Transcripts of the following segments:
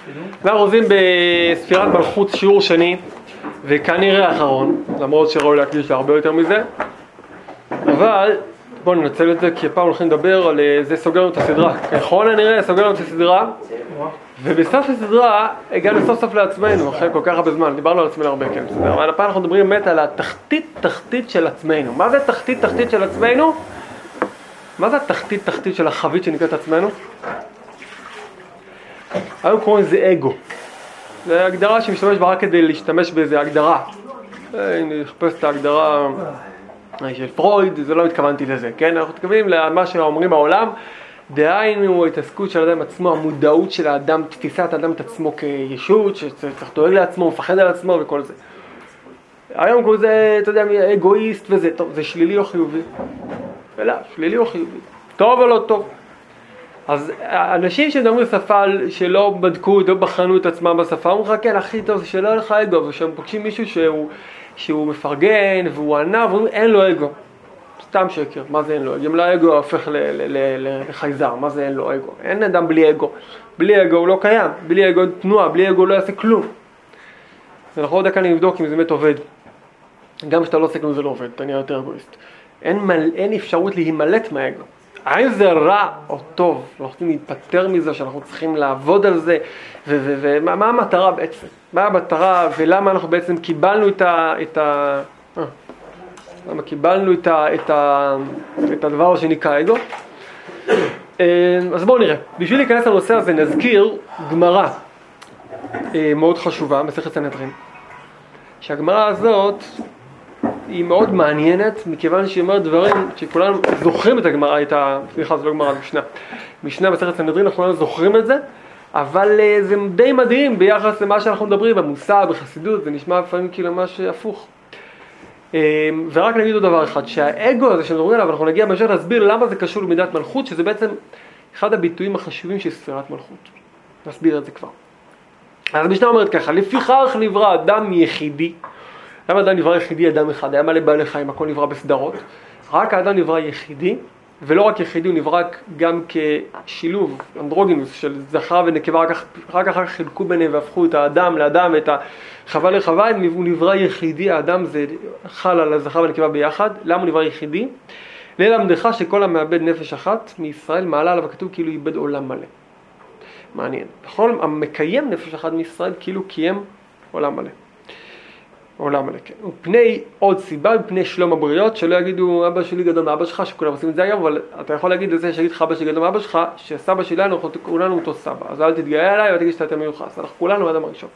אנחנו עוזים בספירת מלכות שיעור שני, וכנראה האחרון, למרות שראוי להקדיש הרבה יותר מזה. אבל בואו ננצל את זה, כי הפעם הולכים לדבר על זה סוגר לנו את הסדרה. ככל הנראה סוגר לנו את הסדרה, ובסוף הסדרה הגענו סוף סוף לעצמנו, אחרי כל כך הרבה זמן, דיברנו על עצמנו הרבה, כן, בסדר. אבל הפעם אנחנו מדברים באמת על התחתית של עצמנו. מה זה תחתית של עצמנו? מה זה התחתית של החבית שנקראת עצמנו? היום קוראים לזה אגו. זו הגדרה שמשתמש בה רק כדי להשתמש באיזה הגדרה. אני אחפש את ההגדרה של פרויד, זה לא התכוונתי לזה, כן? אנחנו מתכוונים למה שאומרים בעולם, דהיינו התעסקות של האדם עצמו, המודעות של האדם, תפיסת האדם את עצמו כישות, שצריך דואג לעצמו, מפחד על עצמו וכל זה. היום קוראים לזה, אתה יודע, אגואיסט וזה, טוב, זה שלילי או חיובי? לא, שלילי או חיובי? טוב או לא טוב? אז אנשים שמדברים שפה שלא בדקו, לא בחנו את עצמם בשפה, אומרים לך, כן, הכי טוב זה שלא לך אגו, ושהם פוגשים מישהו שהוא מפרגן והוא ענה, ואומרים, אין לו אגו. סתם שקר, מה זה אין לו? גם לאגו הופך לחייזר, מה זה אין לו אגו? אין אדם בלי אגו. בלי אגו הוא לא קיים, בלי אגו תנועה, בלי אגו לא יעשה כלום. ואנחנו עוד כאן נבדוק אם זה באמת עובד. גם כשאתה לא עושה כלום זה לא עובד, אתה נהיה יותר אגואיסט. אין אפשרות להימלט מהאגו. האם זה רע או טוב? אנחנו צריכים להיפטר מזה, שאנחנו צריכים לעבוד על זה, ומה המטרה בעצם? מה המטרה ולמה אנחנו בעצם קיבלנו למה קיבלנו את הדבר שנקרא אגו? אז בואו נראה. בשביל להיכנס לנושא הזה נזכיר גמרא מאוד חשובה, מסכת סנהדרין. שהגמרא הזאת היא מאוד מעניינת, מכיוון שהיא אומרת דברים שכולנו זוכרים את הגמרא, סליחה, זה לא גמרא, משנה מסכת סנהדרין, אנחנו כולנו זוכרים את זה, אבל זה די מדהים ביחס למה שאנחנו מדברים, במוסר, בחסידות, זה נשמע לפעמים כאילו ממש הפוך. ורק נגיד עוד דבר אחד, שהאגו הזה שמדברים עליו, אנחנו נגיע בהמשך להסביר למה זה קשור למידת מלכות, שזה בעצם אחד הביטויים החשובים של ספירת מלכות. נסביר את זה כבר. אז המשנה אומרת ככה, לפיכך נברא אדם יחידי. למה אדם נברא יחידי? אדם אחד, היה מלא בעלי חיים, הכל נברא בסדרות. רק האדם נברא יחידי, ולא רק יחידי, הוא נברא גם כשילוב, אנדרוגינוס של זכר ונקבה, רק אחר כך חילקו ביניהם והפכו את האדם לאדם, את החווה לחווה, הוא נברא יחידי, האדם זה חל על הזכר ונקבה ביחד. למה הוא נברא יחידי? ללמדך שכל המאבד נפש אחת מישראל מעלה עליו הכתוב כאילו איבד עולם מלא. מעניין. בכל המקיים נפש אחת מישראל כאילו קיים עולם מלא. עולם מלא, כן. ופני עוד סיבה, בפני שלום הבריות, שלא יגידו אבא שלי גדול מאבא שלך, שכולם עושים את זה היום, אבל אתה יכול להגיד לזה שיגיד לך אבא שלי גדול מאבא שלך, שסבא שלנו, אנחנו כולנו אותו סבא. אז אל תתגאה עליי ותגיד שאתה יותר מיוחס. אנחנו כולנו האדם הראשון.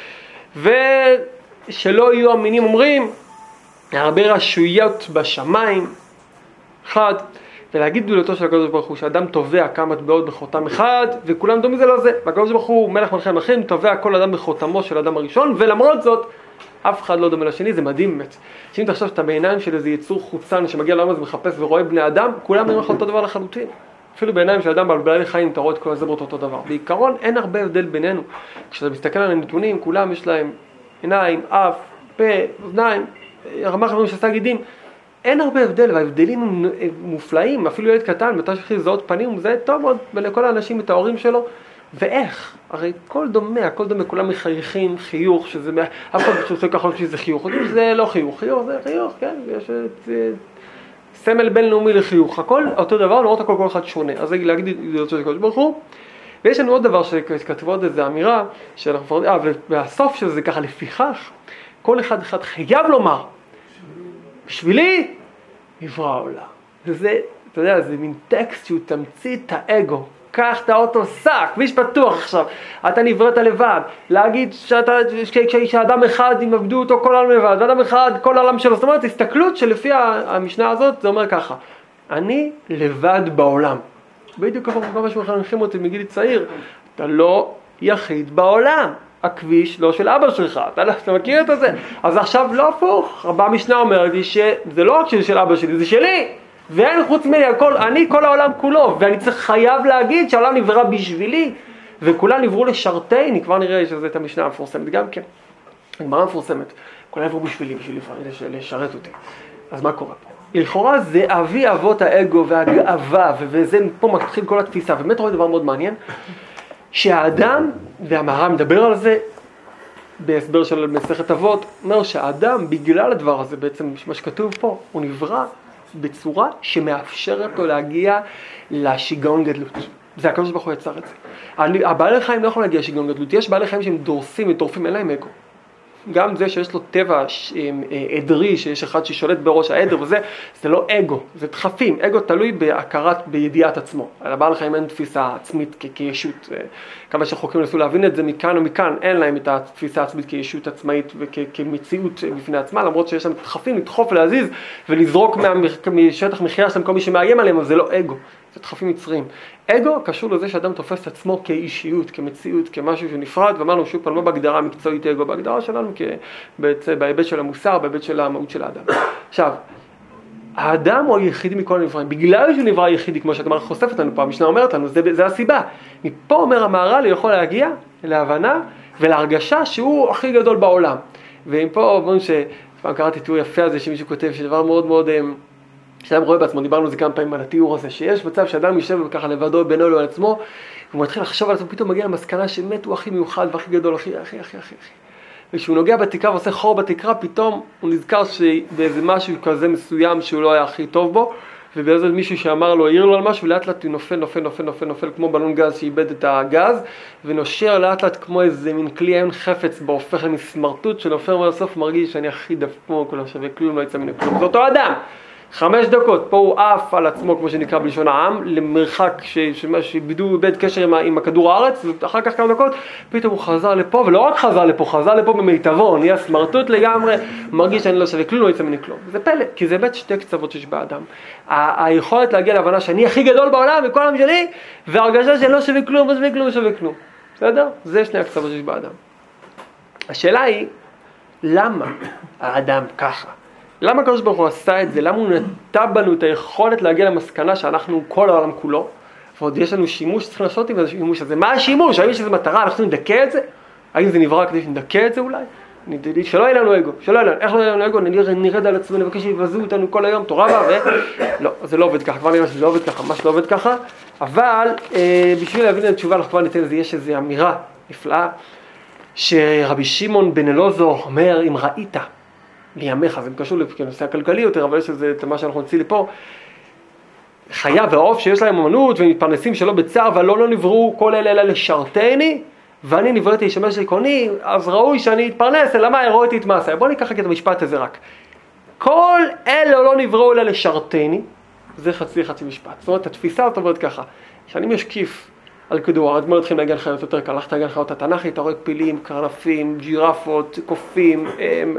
ושלא יהיו המינים אומרים, הרבה רשויות בשמיים, אחד, ולהגיד גדולתו של הקדוש ברוך הוא, שאדם תובע כמה טבעות בחותם אחד, וכולם דומים זה לזה. והקדוש ברוך הוא מלך מלכי המלכים, תובע כל אדם בחותמו של אדם הראשון, ולמרות זאת, אף אחד לא דומה לשני, זה מדהים באמת. שאם אתה חושב שאתה בעיניים של איזה יצור חוצן שמגיע לעולם הזה מחפש ורואה בני אדם, כולם נראים לך אותו דבר לחלוטין. אפילו בעיניים של אדם בעלי חיים, אתה רואה את כל הזברות אותו דבר. בעיקרון אין הרבה הבדל בינינו. כשאתה מסתכל על הנתונים, כולם יש להם עיניים, אף, פה, אוזניים, רמ"ח איברים שעשה גידים. אין הרבה הבדל, וההבדלים הם מופלאים. אפילו ילד קטן, מתי שהתחיל לזהות פנים, הוא מזהה טוב מאוד ולכל האנשים את ההורים שלו. ואיך? הרי הכל דומה, כולם מחייכים, חיוך, שזה, אף אחד שעושה ככה שזה חיוך, זה לא חיוך, חיוך זה חיוך, כן, יש סמל בינלאומי לחיוך, הכל אותו דבר, למרות הכל כל אחד שונה, אז להגיד את זה לקדוש ברוך הוא, ויש לנו עוד דבר שכתבו עוד איזו אמירה, והסוף של זה ככה, לפיכך, כל אחד חייב לומר, בשבילי נברא העולם. וזה, אתה יודע, זה מין טקסט שהוא תמצית את האגו, קח את האוטו שק, כביש פתוח עכשיו, אתה נבראת לבד, להגיד שאדם אחד ימבדו אותו כל העולם לבד, ואדם אחד כל העולם שלו, זאת אומרת, הסתכלות שלפי המשנה הזאת, זה אומר ככה, אני לבד בעולם. בדיוק ככה מה שמחנכים אותי מגיל צעיר, אתה לא יחיד בעולם, הכביש לא של אבא שלך, אתה מכיר את זה? אז עכשיו לא הפוך, המשנה אומרת לי שזה לא רק של אבא שלי, זה שלי. ואין חוץ ממני, אני כל העולם כולו, ואני צריך חייב להגיד שהעולם נברא בשבילי, וכולם נבראו לשרתני, כבר נראה שזה את המשנה המפורסמת גם כן, הגמרא המפורסמת, כולם נבראו בשבילי, בשביל לשרת אותי. אז מה קורה פה? לכאורה זה אבי אבות האגו והגאווה, וזה פה מתחיל כל התפיסה, ובאמת רואה דבר מאוד מעניין, שהאדם והמהר"ל מדבר על זה בהסבר של מסכת אבות, אומר שהאדם בגלל הדבר הזה בעצם מה שכתוב פה, הוא נברא בצורה שמאפשרת לו להגיע לשיגעון גדלות. זה הקדוש ברוך הוא יצר את זה. הבעלי חיים לא יכולים להגיע לשיגעון גדלות, יש בעלי חיים שהם דורסים וטורפים, אין להם אגו. גם זה שיש לו טבע עדרי, שיש אחד ששולט בראש העדר וזה, זה לא אגו, זה דחפים. אגו תלוי בידיעת עצמו. על הבעל חיים אין תפיסה עצמית כישות. כמה שחוקרים נסו להבין את זה מכאן ומכאן, אין להם את התפיסה העצמית כישות עצמאית וכמציאות בפני עצמה, למרות שיש להם דחפים לדחוף ולהזיז ולזרוק משטח מחיה שלהם כל מי שמאיים עליהם, אבל זה לא אגו. זה דחפים מצרים. אגו קשור לזה שאדם תופס את עצמו כאישיות, כמציאות, כמשהו שנפרד, ואמרנו שוב פעם לא בהגדרה המקצועית אגו, בהגדרה שלנו בהיבט של המוסר, בהיבט של המהות של האדם. עכשיו, האדם הוא היחידי מכל הנבראים, בגלל שהוא נברא היחידי, כמו שהגמרא חושפת לנו פה, המשנה אומרת לנו, זה הסיבה. מפה אומר המהר"ל, הוא יכול להגיע להבנה ולהרגשה שהוא הכי גדול בעולם. ומפה אומרים שפעם קראתי תיאור יפה הזה שמישהו כותב, שדבר מאוד מאוד שאדם רואה בעצמו, דיברנו על זה כמה פעמים על התיאור הזה, שיש מצב שאדם יושב ככה לבדו בינו לו על עצמו, והוא מתחיל לחשוב על עצמו, פתאום מגיע למסקנה שבאמת הוא הכי מיוחד והכי גדול, הכי. וכשהוא נוגע בתקרה ועושה חור בתקרה, פתאום הוא נזכר שבאיזה משהו כזה מסוים שהוא לא היה הכי טוב בו, ובאיזה מישהו שאמר לו, העיר לו על משהו, ולאט לאט הוא נופל, כמו בלון גז שאיבד את הגז, ונושר לאט לאט כמו איזה מין כלי עיון חפץ בו, הופך למסמרטוט, שנופל בסוף מרגיש שאני הכי דפוק, לא שווה כלום, לא יצא מן כלום. זה אותו אדם. 5 דקות, פה הוא עף על עצמו, כמו שנקרא בלשון העם, למרחק שאיבד קשר עם הכדור הארץ, ואחר כך כמה דקות, פתאום הוא חזר לפה, ולא רק חזר לפה במיטבו, נהיה סמרטוט לגמרי, מרגיש שאני לא שווה כלום, לא יצא ממני כלום. זה פלא, כי זה באמת שתי קצוות שיש באדם. היכולת להגיע להבנה שאני הכי גדול בעולם, בכל העם שלי, והרגשה שאני לא שווה כלום, לא שווה כלום. בסדר? זה שני הקצוות שיש באדם. השאלה היא, למה האדם ככה? למה הקדוש ברוך הוא עשה את זה? למה הוא נטע בנו את היכולת להגיע למסקנה שאנחנו כל העולם כולו? ועוד יש לנו שימוש שצריך לעשות עם השימוש הזה. מה השימוש? האם יש איזו מטרה? אנחנו נדכא את זה? האם זה נברא כדי שנדכא את זה אולי? שלא יהיה לנו אגו, איך לא יהיה לנו אגו? נרד על עצמנו, נבקש שיבזו אותנו כל היום, תורה בה, לא, זה לא עובד ככה, כבר נראה שזה לא עובד ככה, ממש לא עובד ככה, אבל בשביל להבין את התשובה, אנחנו כבר ניתן לזה, יש איזו אמירה נפלאה, שרבי שמעון בן אלעזר אומר, אם ראית מימיך, זה קשור לנושא הכלכלי יותר, אבל יש איזה מה שאנחנו נוציא לפה, חיה ועוף שיש להם אמנות ומתפרנסים שלא בצער, אבל לא נבראו כל אלה לשרתני, ואני נבראתי לשמש לקוני, אז ראוי שאני אתפרנס, אלא מה, הראיתי את מעשה. בואו ניקח את המשפט הזה רק. כל אלה לא נבראו אלא לשרתני, זה חצי משפט. זאת אומרת, התפיסה הזאת אומרת ככה, שאני משקיף על כדור הארץ, בואו נתחיל להגן חיות יותר קל, הלכת להגן חיות התנ"כית, אתה רואה פילים, קרנפים, ג'ירפות, קופים,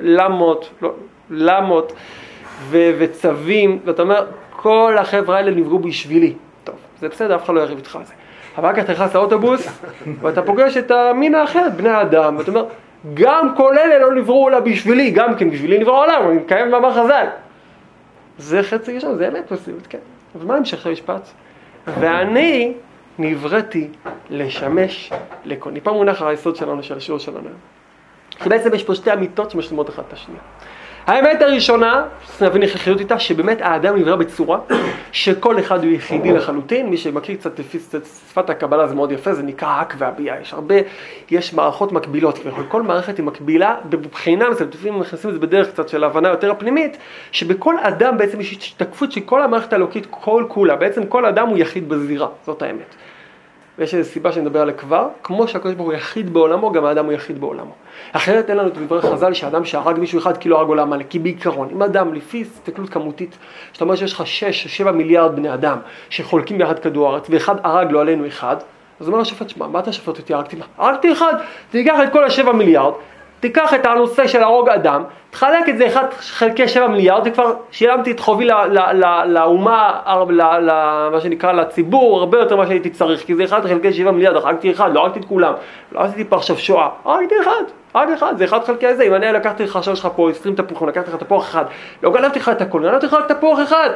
למות וצבים, ואתה אומר, כל החבר'ה האלה נבראו בשבילי. טוב, זה בסדר, אף אחד לא יריב איתך על זה. אבל כך אתה נכנס לאוטובוס, ואתה פוגש את המין האחרת, בני האדם, ואתה אומר, גם כל אלה לא נבראו לה בשבילי, גם כן בשבילי נברא העולם, אני מקיים מאמר חז"ל. זה חצי ראשון, זה אמת פסיבית, כן. אבל מה המשך המשפט? ואני נבראתי לשמש לקוני. פעם מונח היסוד שלנו, של השיעור שלנו. כי בעצם יש פה שתי אמיתות שמשלימות אחת את השנייה. האמת הראשונה, שנבין איך לחיות איתה, שבאמת האדם נברא בצורה שכל אחד הוא יחידי לחלוטין. מי שמכיר קצת לפי שפת הקבלה זה מאוד יפה, זה נקרא הק והביאה. יש מערכות מקבילות, וכל מערכת היא מקבילה בבחינה מסוימת, לפעמים מכניסים את זה בדרך קצת של ההבנה יותר הפנימית, שבכל אדם בעצם יש השתקפות של כל המערכת האלוקית, כל כולה. בעצם כל אדם הוא יחיד בזירה, זאת האמת. ויש איזו סיבה שנדבר עליה כבר, כמו שהקדוש ברוך הוא יחיד בעולמו, גם האדם הוא יחיד בעולמו. אחרת אין לנו את דברי חז"ל שאדם שהרג מישהו אחד כאילו הרג עולם מלא, כי בעיקרון, אם אדם לפי הסתכלות כמותית, שאתה אומר שיש לך 6-7 מיליארד בני אדם שחולקים ביחד כדור הארץ, ואחד הרג לו עלינו אחד, אז אומר השופט, שמע, מה אתה שופט אותי? הרגתי אחד, תיקח את כל 7 מיליארד, תיקח את הנושא של הרוג אדם, תחלק את זה 1 חלקי 7 מיליארד, וכבר שילמתי את חובי לאומה, מה שנקרא לציבור, הרבה יותר מה שהייתי צריך, כי זה 1 חלקי 7 מיליארד, הרגתי אחד, לא הרגתי את כולם, לא עשיתי פה עכשיו שואה, הרגתי אחד, זה 1 חלקי זה, אם אני לקחתי לך עכשיו שלך פה 20 תפוחים, לקחתי לך תפוח אחד, לא גנבתי לך את הכל, גנבתי לך רק תפוח אחד,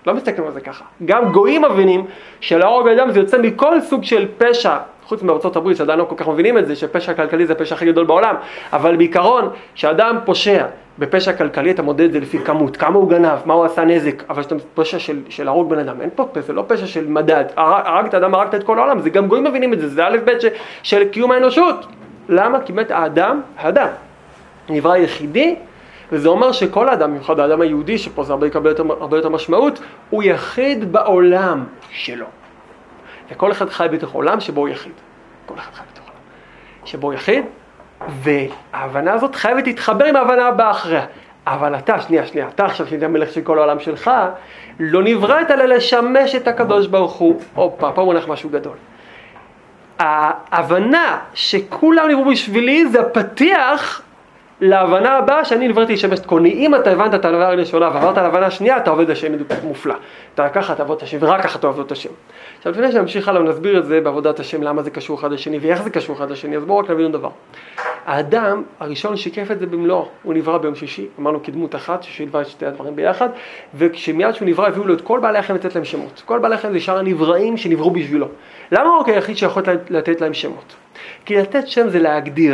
לא מסתכלים על זה ככה. גם גויים מבינים שלהרוג אדם זה יוצא מכל סוג של פשע, חוץ מארצות הברית, שעדיין לא כל כך מבינים את זה, שפשע כלכלי זה הפשע הכי גדול בעולם, אבל בעיקרון, שאדם פושע בפשע כלכלי, אתה מודד את זה לפי כמות, כמה הוא גנב, מה הוא עשה נזק, אבל שאתה פשע של להרוג בן אדם, אין פה פשע, זה לא פשע של מדד, הרגת אדם, הרגת את כל העולם, זה גם גויים מבינים את זה, זה א' ב' של קיום האנושות. למה? כי באמת האדם נברא יחידי, וזה אומר שכל האדם, במיוחד האדם היהודי, שפה זה הרבה יותר משמעות, הוא יחיד בעולם שלו. וכל אחד חי בתוך עולם שבו הוא יחיד. כל אחד חי בתוך עולם שבו הוא יחיד, וההבנה הזאת חייבת להתחבר עם ההבנה הבאה אחריה. אבל אתה, שנייה, אתה עכשיו שאתה המלך של כל העולם שלך, לא נבראת אלא לשמש את הקדוש ברוך הוא. פה מונח משהו גדול. ההבנה שכולם נבראו בשבילי זה הפתיח להבנה הבאה שאני נבראתי לשמש את קוני. אם אתה הבנת את ההבנה הראשונה ועברת להבנה השנייה, אתה עובד השם מופלא. אתה ככה תעבוד את השם ורק ככה תעבוד את השם. עכשיו לפני שנמשיך הלאה ונסביר את זה בעבודת השם, למה זה קשור אחד לשני ואיך זה קשור אחד לשני, אז בואו רק נבין דבר. האדם הראשון שיקף את זה במלואו, הוא נברא ביום שישי, אמרנו כדמות אחת, ששילבה את שתי הדברים ביחד, וכשמיד שהוא נברא הביאו לו את כל בעלי החיים לתת להם שמות. כל בעלי החיים זה שאר הנבראים שנבראו בשבילו. למה הוא היחיד שיכול לתת להם שמות? כי לתת שם זה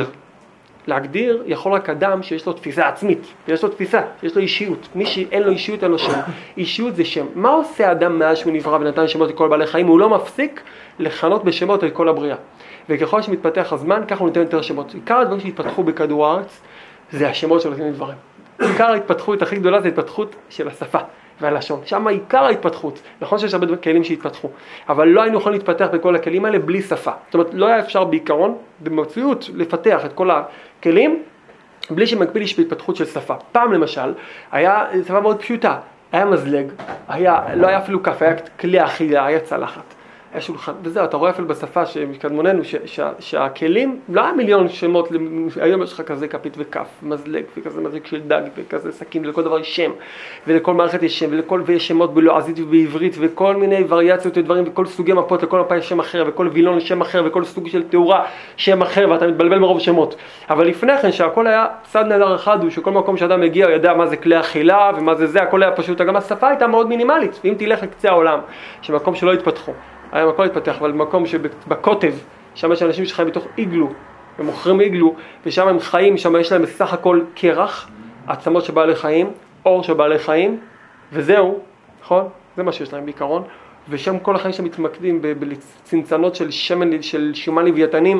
להגדיר יכול רק אדם שיש לו תפיסה עצמית, יש לו תפיסה, יש לו אישיות. מי שאין לו אישיות אין לו שם. אישיות זה שם. מה עושה האדם מאז שהוא נברא ונתן שמות לכל בעלי חיים? הוא לא מפסיק לכנות בשמות את כל הבריאה. וככל שמתפתח הזמן, כך הוא נותן יותר שמות. עיקר הדברים שהתפתחו בכדור הארץ, זה השמות של אותם דברים. עיקר ההתפתחות הכי גדולה זה התפתחות של השפה והלשון. שם עיקר ההתפתחות. נכון שיש הרבה כלים שהתפתחו, אבל לא היינו יכולים להתפתח בכל הכלים האלה בלי שפה. זאת אומרת, לא היה אפשר בעיקרון, במציאות, לפתח את כל הכלים, בלי שמקביל יש בהתפתחות של שפה. פעם למשל, היה שפה מאוד פשוטה. היה מזלג, לא היה אפילו כף, היה כלי אכילה, היה צלחת. היה שולחן, וזהו, אתה רואה אפילו בשפה שקדמוננו, שהכלים, לא היה מיליון שמות, היום יש לך כזה כפית וכף, מזלג, וכזה מזלג של דג, וכזה סכין, ולכל דבר יש שם, ולכל מערכת יש שם, ויש שמות בלועזית ובעברית, וכל מיני וריאציות ודברים, וכל סוגי מפות, לכל מפה יש שם אחר, וכל וילון שם אחר, וכל סוג של תאורה שם אחר, ואתה מתבלבל מרוב שמות. אבל לפני כן, שהכל היה סד נהדר אחד, הוא שכל מקום שאדם מגיע, הוא ידע מה זה כלי אכילה, ומה זה, הכל היה פשוט, גם השפה הייתה מאוד מינימלית. ואם תלך לקצה העולם, שמקום שלא התפתחו, היה מקום להתפתח, אבל במקום שבקוטב, שם יש אנשים שחיים בתוך איגלו, הם מוכרים איגלו, ושם הם חיים, שם יש להם בסך הכל קרח, עצמות של בעלי חיים, אור של בעלי חיים, וזהו, נכון? זה מה שיש להם בעיקרון, ושם כל החיים שמתמקדים בצנצנות של שומן לוויתנים,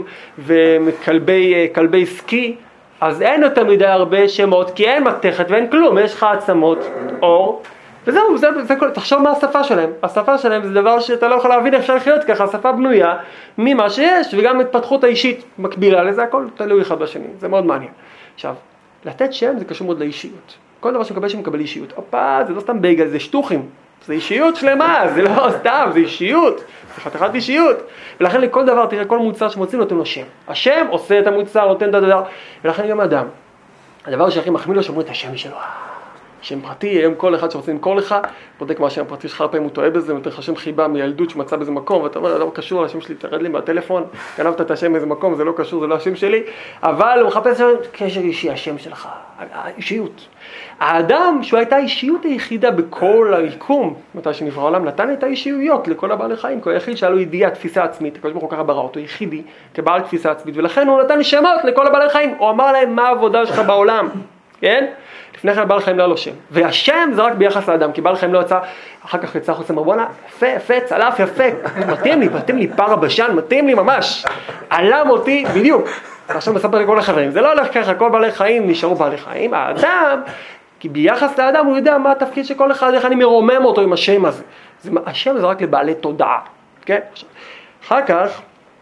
וכלבי סקי, אז אין יותר מדי הרבה שמות, כי אין מתכת ואין כלום, יש לך עצמות, אור, וזהו, זה כל, תחשוב מה השפה שלהם. השפה שלהם זה דבר שאתה לא יכול להבין איך אפשר לחיות ככה, השפה בנויה ממה שיש, וגם התפתחות האישית מקבילה לזה, הכל תלוי אחד בשני, זה מאוד מעניין. עכשיו, לתת שם זה קשור מאוד לאישיות. כל דבר שמקבל שם מקבל אישיות. זה לא סתם בייגל, זה שטוחים. זה אישיות שלמה, זה לא סתם, זה אישיות. זה חתיכת אישיות. ולכן לכל דבר, תראה, כל מוצר שמוצאים נותן לו שם. השם עושה את המוצר, נותן את הדבר. ולכן גם אדם, הדבר שהכי מחמיא לו, שאומרים את השם שלו. שם פרטי, היום כל אחד שרוצה למכור לך, בודק מה השם פרטי שלך, הרבה פעמים הוא טועה בזה, נותן לך שם חיבה מילדות שמצא באיזה מקום, ואתה אומר, זה לא קשור לשם שלי, תרד לי מהטלפון, גנבת את השם באיזה מקום, זה לא קשור, זה לא השם שלי, אבל הוא מחפש קשר אישי, השם שלך, האישיות. האדם, שהוא הייתה האישיות היחידה בכל היקום, מתי שנברא העולם, נתן את האישיויות לכל הבעלי חיים, כי הוא היחיד שהיה לו ידיעה, תפיסה עצמית, הקדוש ברוך הוא ככה ברא אותו, יחידי, כבעל תפיסה עצמית, ולכן הוא נתן שמות לכל הבעלי חיים, הוא אמר להם מה העבודה שלך בעולם, כן? לפני כן בעל חיים לא לו שם, והשם זה רק ביחס לאדם, כי בעל חיים לא יצא, אחר כך יצא חוץ אמר, בוא'נה, יפה, צלף, יפה, מתאים לי פרה בשן, מתאים לי ממש, עלם אותי בדיוק. עכשיו מספר לכל החברים, זה לא הולך ככה, כל בעלי חיים נשארו בעלי חיים, האדם, כי ביחס לאדם הוא יודע מה התפקיד של כל אחד, איך אני מרומם אותו עם השם הזה. השם זה רק לבעלי תודעה, כן? אחר כך,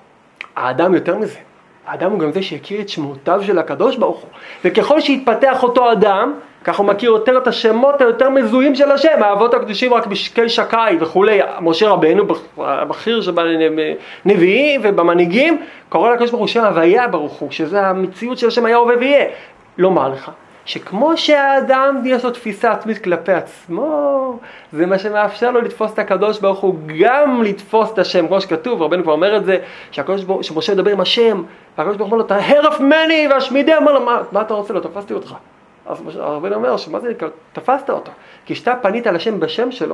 האדם יותר מזה. האדם הוא גם זה שהכיר את שמותיו של הקדוש ברוך הוא. וככל שהתפתח אותו אדם, כך הוא מכיר יותר את השמות היותר מזוהים של השם. האבות הקדושים רק בשקל שקאי וכולי. משה רבנו, הבכיר שבנביאים ובמנהיגים, קורא לקדוש ברוך הוא שם הוויה ברוך הוא, שזה המציאות של השם היה הווה ויהיה. לומר לך, שכמו שהאדם יש לו תפיסה עצמית כלפי עצמו, זה מה שמאפשר לו לתפוס את הקדוש ברוך הוא, גם לתפוס את השם, כמו שכתוב, רבנו כבר אומר את זה, שמשה מדבר עם השם, והקדוש ברוך הוא אומר לו, תהרף ממני והשמידי, אמר לו, מה אתה רוצה לו? תפסתי אותך. אז רבנו אומר, שמה זה נקרא? תפסת אותו. כי כשאתה פנית על השם בשם שלו,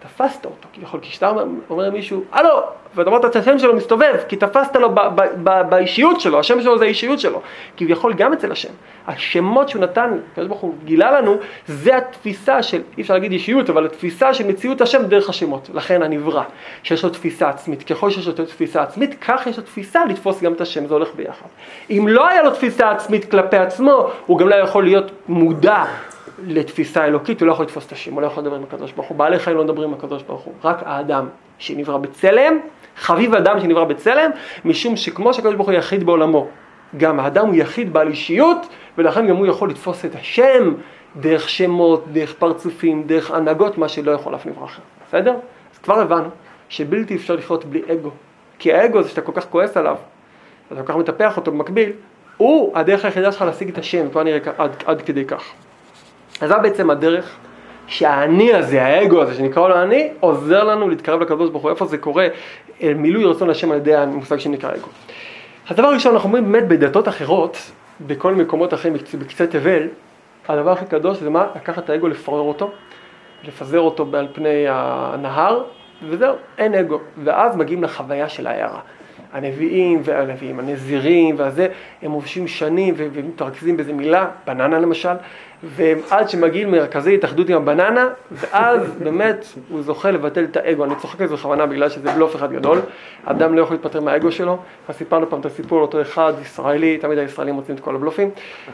תפסת אותו, כביכול, כי כשאתה אומר למישהו, הלו, ואתה אמרת את השם שלו מסתובב, כי תפסת לו באישיות שלו, השם שלו זה האישיות שלו, כביכול גם אצל השם. השמות שהוא נתן, הקדוש ברוך הוא גילה לנו, זה התפיסה של, אי אפשר להגיד אישיות, אבל התפיסה של מציאות השם דרך השמות. לכן הנברא, שיש לו תפיסה עצמית, ככל שיש לו תפיסה עצמית, כך יש לו תפיסה לתפוס גם את השם, זה הולך ביחד. אם לא היה לו תפיסה עצמית כלפי עצמו, הוא גם לא יכול להיות מודע לתפיסה אלוקית, הוא לא יכול לתפוס את השם, הוא לא יכול לדבר עם הקדוש ברוך הוא. בעלי חיים לא מדברים עם הקדוש ברוך הוא, רק האדם שנברא בצלם, חביב אדם שנברא בצלם, משום שכמו שהקדוש ברוך הוא יחיד בעולמו, גם האדם הוא יחיד בעל אישיות, ולכן גם הוא יכול לתפוס את השם דרך שמות, דרך פרצופים, דרך הנהגות, מה שלא יכול אף נברא אחר. בסדר? אז כבר הבנו שבלתי אפשר לחיות בלי אגו, כי האגו זה שאתה כל כך כועס עליו, אתה כל כך מטפח אותו במקביל, הוא הדרך היחידה שלך להשיג את השם, כבר נראה עד כדי כך. אז זה בעצם הדרך שהאני הזה, האגו הזה שנקרא לו אני, עוזר לנו להתקרב לקדוש ברוך הוא. איפה זה קורה? מילוי רצון השם על ידי המושג שנקרא אגו. הדבר הראשון, אנחנו אומרים באמת בדתות אחרות, בכל מקומות אחרים, בקצה תבל, הדבר הכי קדוש זה מה? לקחת את האגו, לפרר אותו, לפזר אותו על פני הנהר, וזהו, אין אגו. ואז מגיעים לחוויה של העיירה. הנביאים והנביאים, הנזירים והזה, הם מובשים שנים ומתרכזים באיזה מילה, בננה למשל, ועד שמגיעים מרכזי התאחדות עם הבננה, ואז באמת הוא זוכה לבטל את האגו. אני צוחק על זה בכוונה בגלל שזה בלוף אחד גדול, אדם לא יכול להתפטר מהאגו שלו. סיפרנו פעם את הסיפור לאותו אחד, ישראלי, תמיד הישראלים מוצאים את כל הבלופים,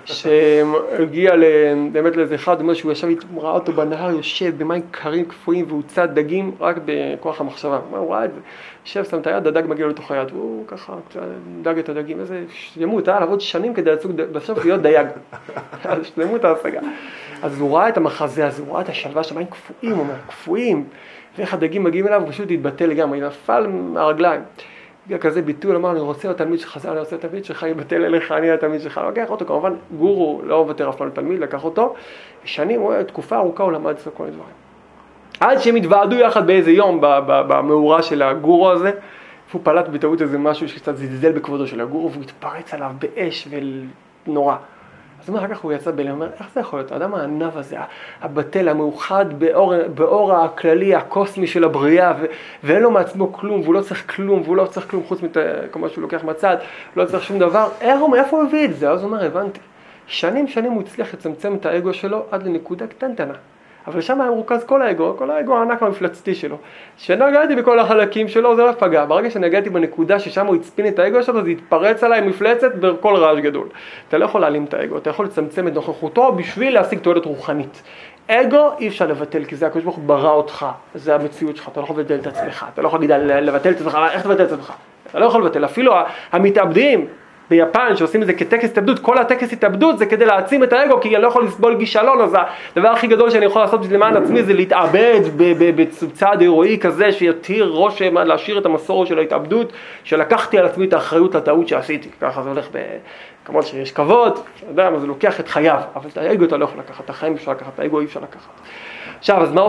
שהגיע באמת לאיזה אחד, אומר שהוא ישב, ראה אותו בנהר, יושב במים קרים קפואים והוא צד דגים רק בכוח המחשבה. הוא ראה את זה, יושב, שם את היד, הדג מגיע לתוך היד, והוא ככה דג את הדגים, איזה שלמות, לעבוד שנים כדי בסוף להיות דייג. אז שלמות ההשגה. אז הוא ראה את המחזה הזה, הוא ראה את השלווה שהמים קפואים, הוא אומר, קפואים, ואיך הדגים מגיעים אליו, הוא פשוט התבטל לגמרי, נפל מהרגליים. בגלל כזה ביטול, אמר, אני רוצה לתלמיד שלך, אני רוצה לתלמיד שלך, יבטל אליך, אני התלמיד שלך. לקח אותו, כמובן, גורו לא מוותר אף פעם לתלמיד, לקח אותו, שנים, תקופה ארוכה הוא למד כל מיני דברים. עד שהם התוועדו יחד באיזה יום במאורה של הגורו הזה, הוא פלט בטעות איזה משהו שקצת זלזל בכבודו של הגורו, והוא התפרץ עליו באש ונורא. אז הוא אומר, אחר כך הוא יצא בלם, אומר, איך זה יכול להיות? האדם הענב הזה, הבטל, המאוחד באור הכללי, הקוסמי של הבריאה, ואין לו מעצמו כלום, והוא לא צריך כלום, והוא לא צריך כלום חוץ כמו שהוא לוקח מצד, הוא לא צריך שום דבר. איפה הוא הביא את זה? אז הוא אומר, הבנתי. שנים הוא הצליח לצמצם את האגו שלו עד לנקודה קטנטנה. אבל שם היה מרוכז כל האגו הענק המפלצתי שלו. כשנגעתי בכל החלקים שלו, זה לא פגע. ברגע שנגעתי בנקודה ששם הוא הצפין את האגו שלו, זה התפרץ עליי מפלצת בכל רעש גדול. אתה לא יכול להעלים את האגו, אתה יכול לצמצם את נוכחותו בשביל להשיג תועלת רוחנית. אגו אי אפשר לבטל, כי זה הקדוש ברוך הוא ברא אותך, זה המציאות שלך, אתה לא יכול לבטל את עצמך, אתה לא יכול לבטל את עצמך, איך תבטל את עצמך? אתה לא יכול לבטל, אפילו המתאבדים, ביפן שעושים את זה כטקס התאבדות, כל הטקס התאבדות זה כדי להעצים את האגו, כי אני לא יכול לסבול גישלון, אז הדבר הכי גדול שאני יכול לעשות למען עצמי זה להתאבד בצעד הירואי כזה שיתיר רושם להשאיר את המסורת של ההתאבדות, שלקחתי על עצמי את האחריות לטעות שעשיתי. ככה זה הולך כמובן שיש כבוד, אדם, אז זה לוקח את חייו, אבל את האגו אתה לא יכול לקחת, את החיים אפשר לקחת, את האגו אי אפשר לקחת. עכשיו, אז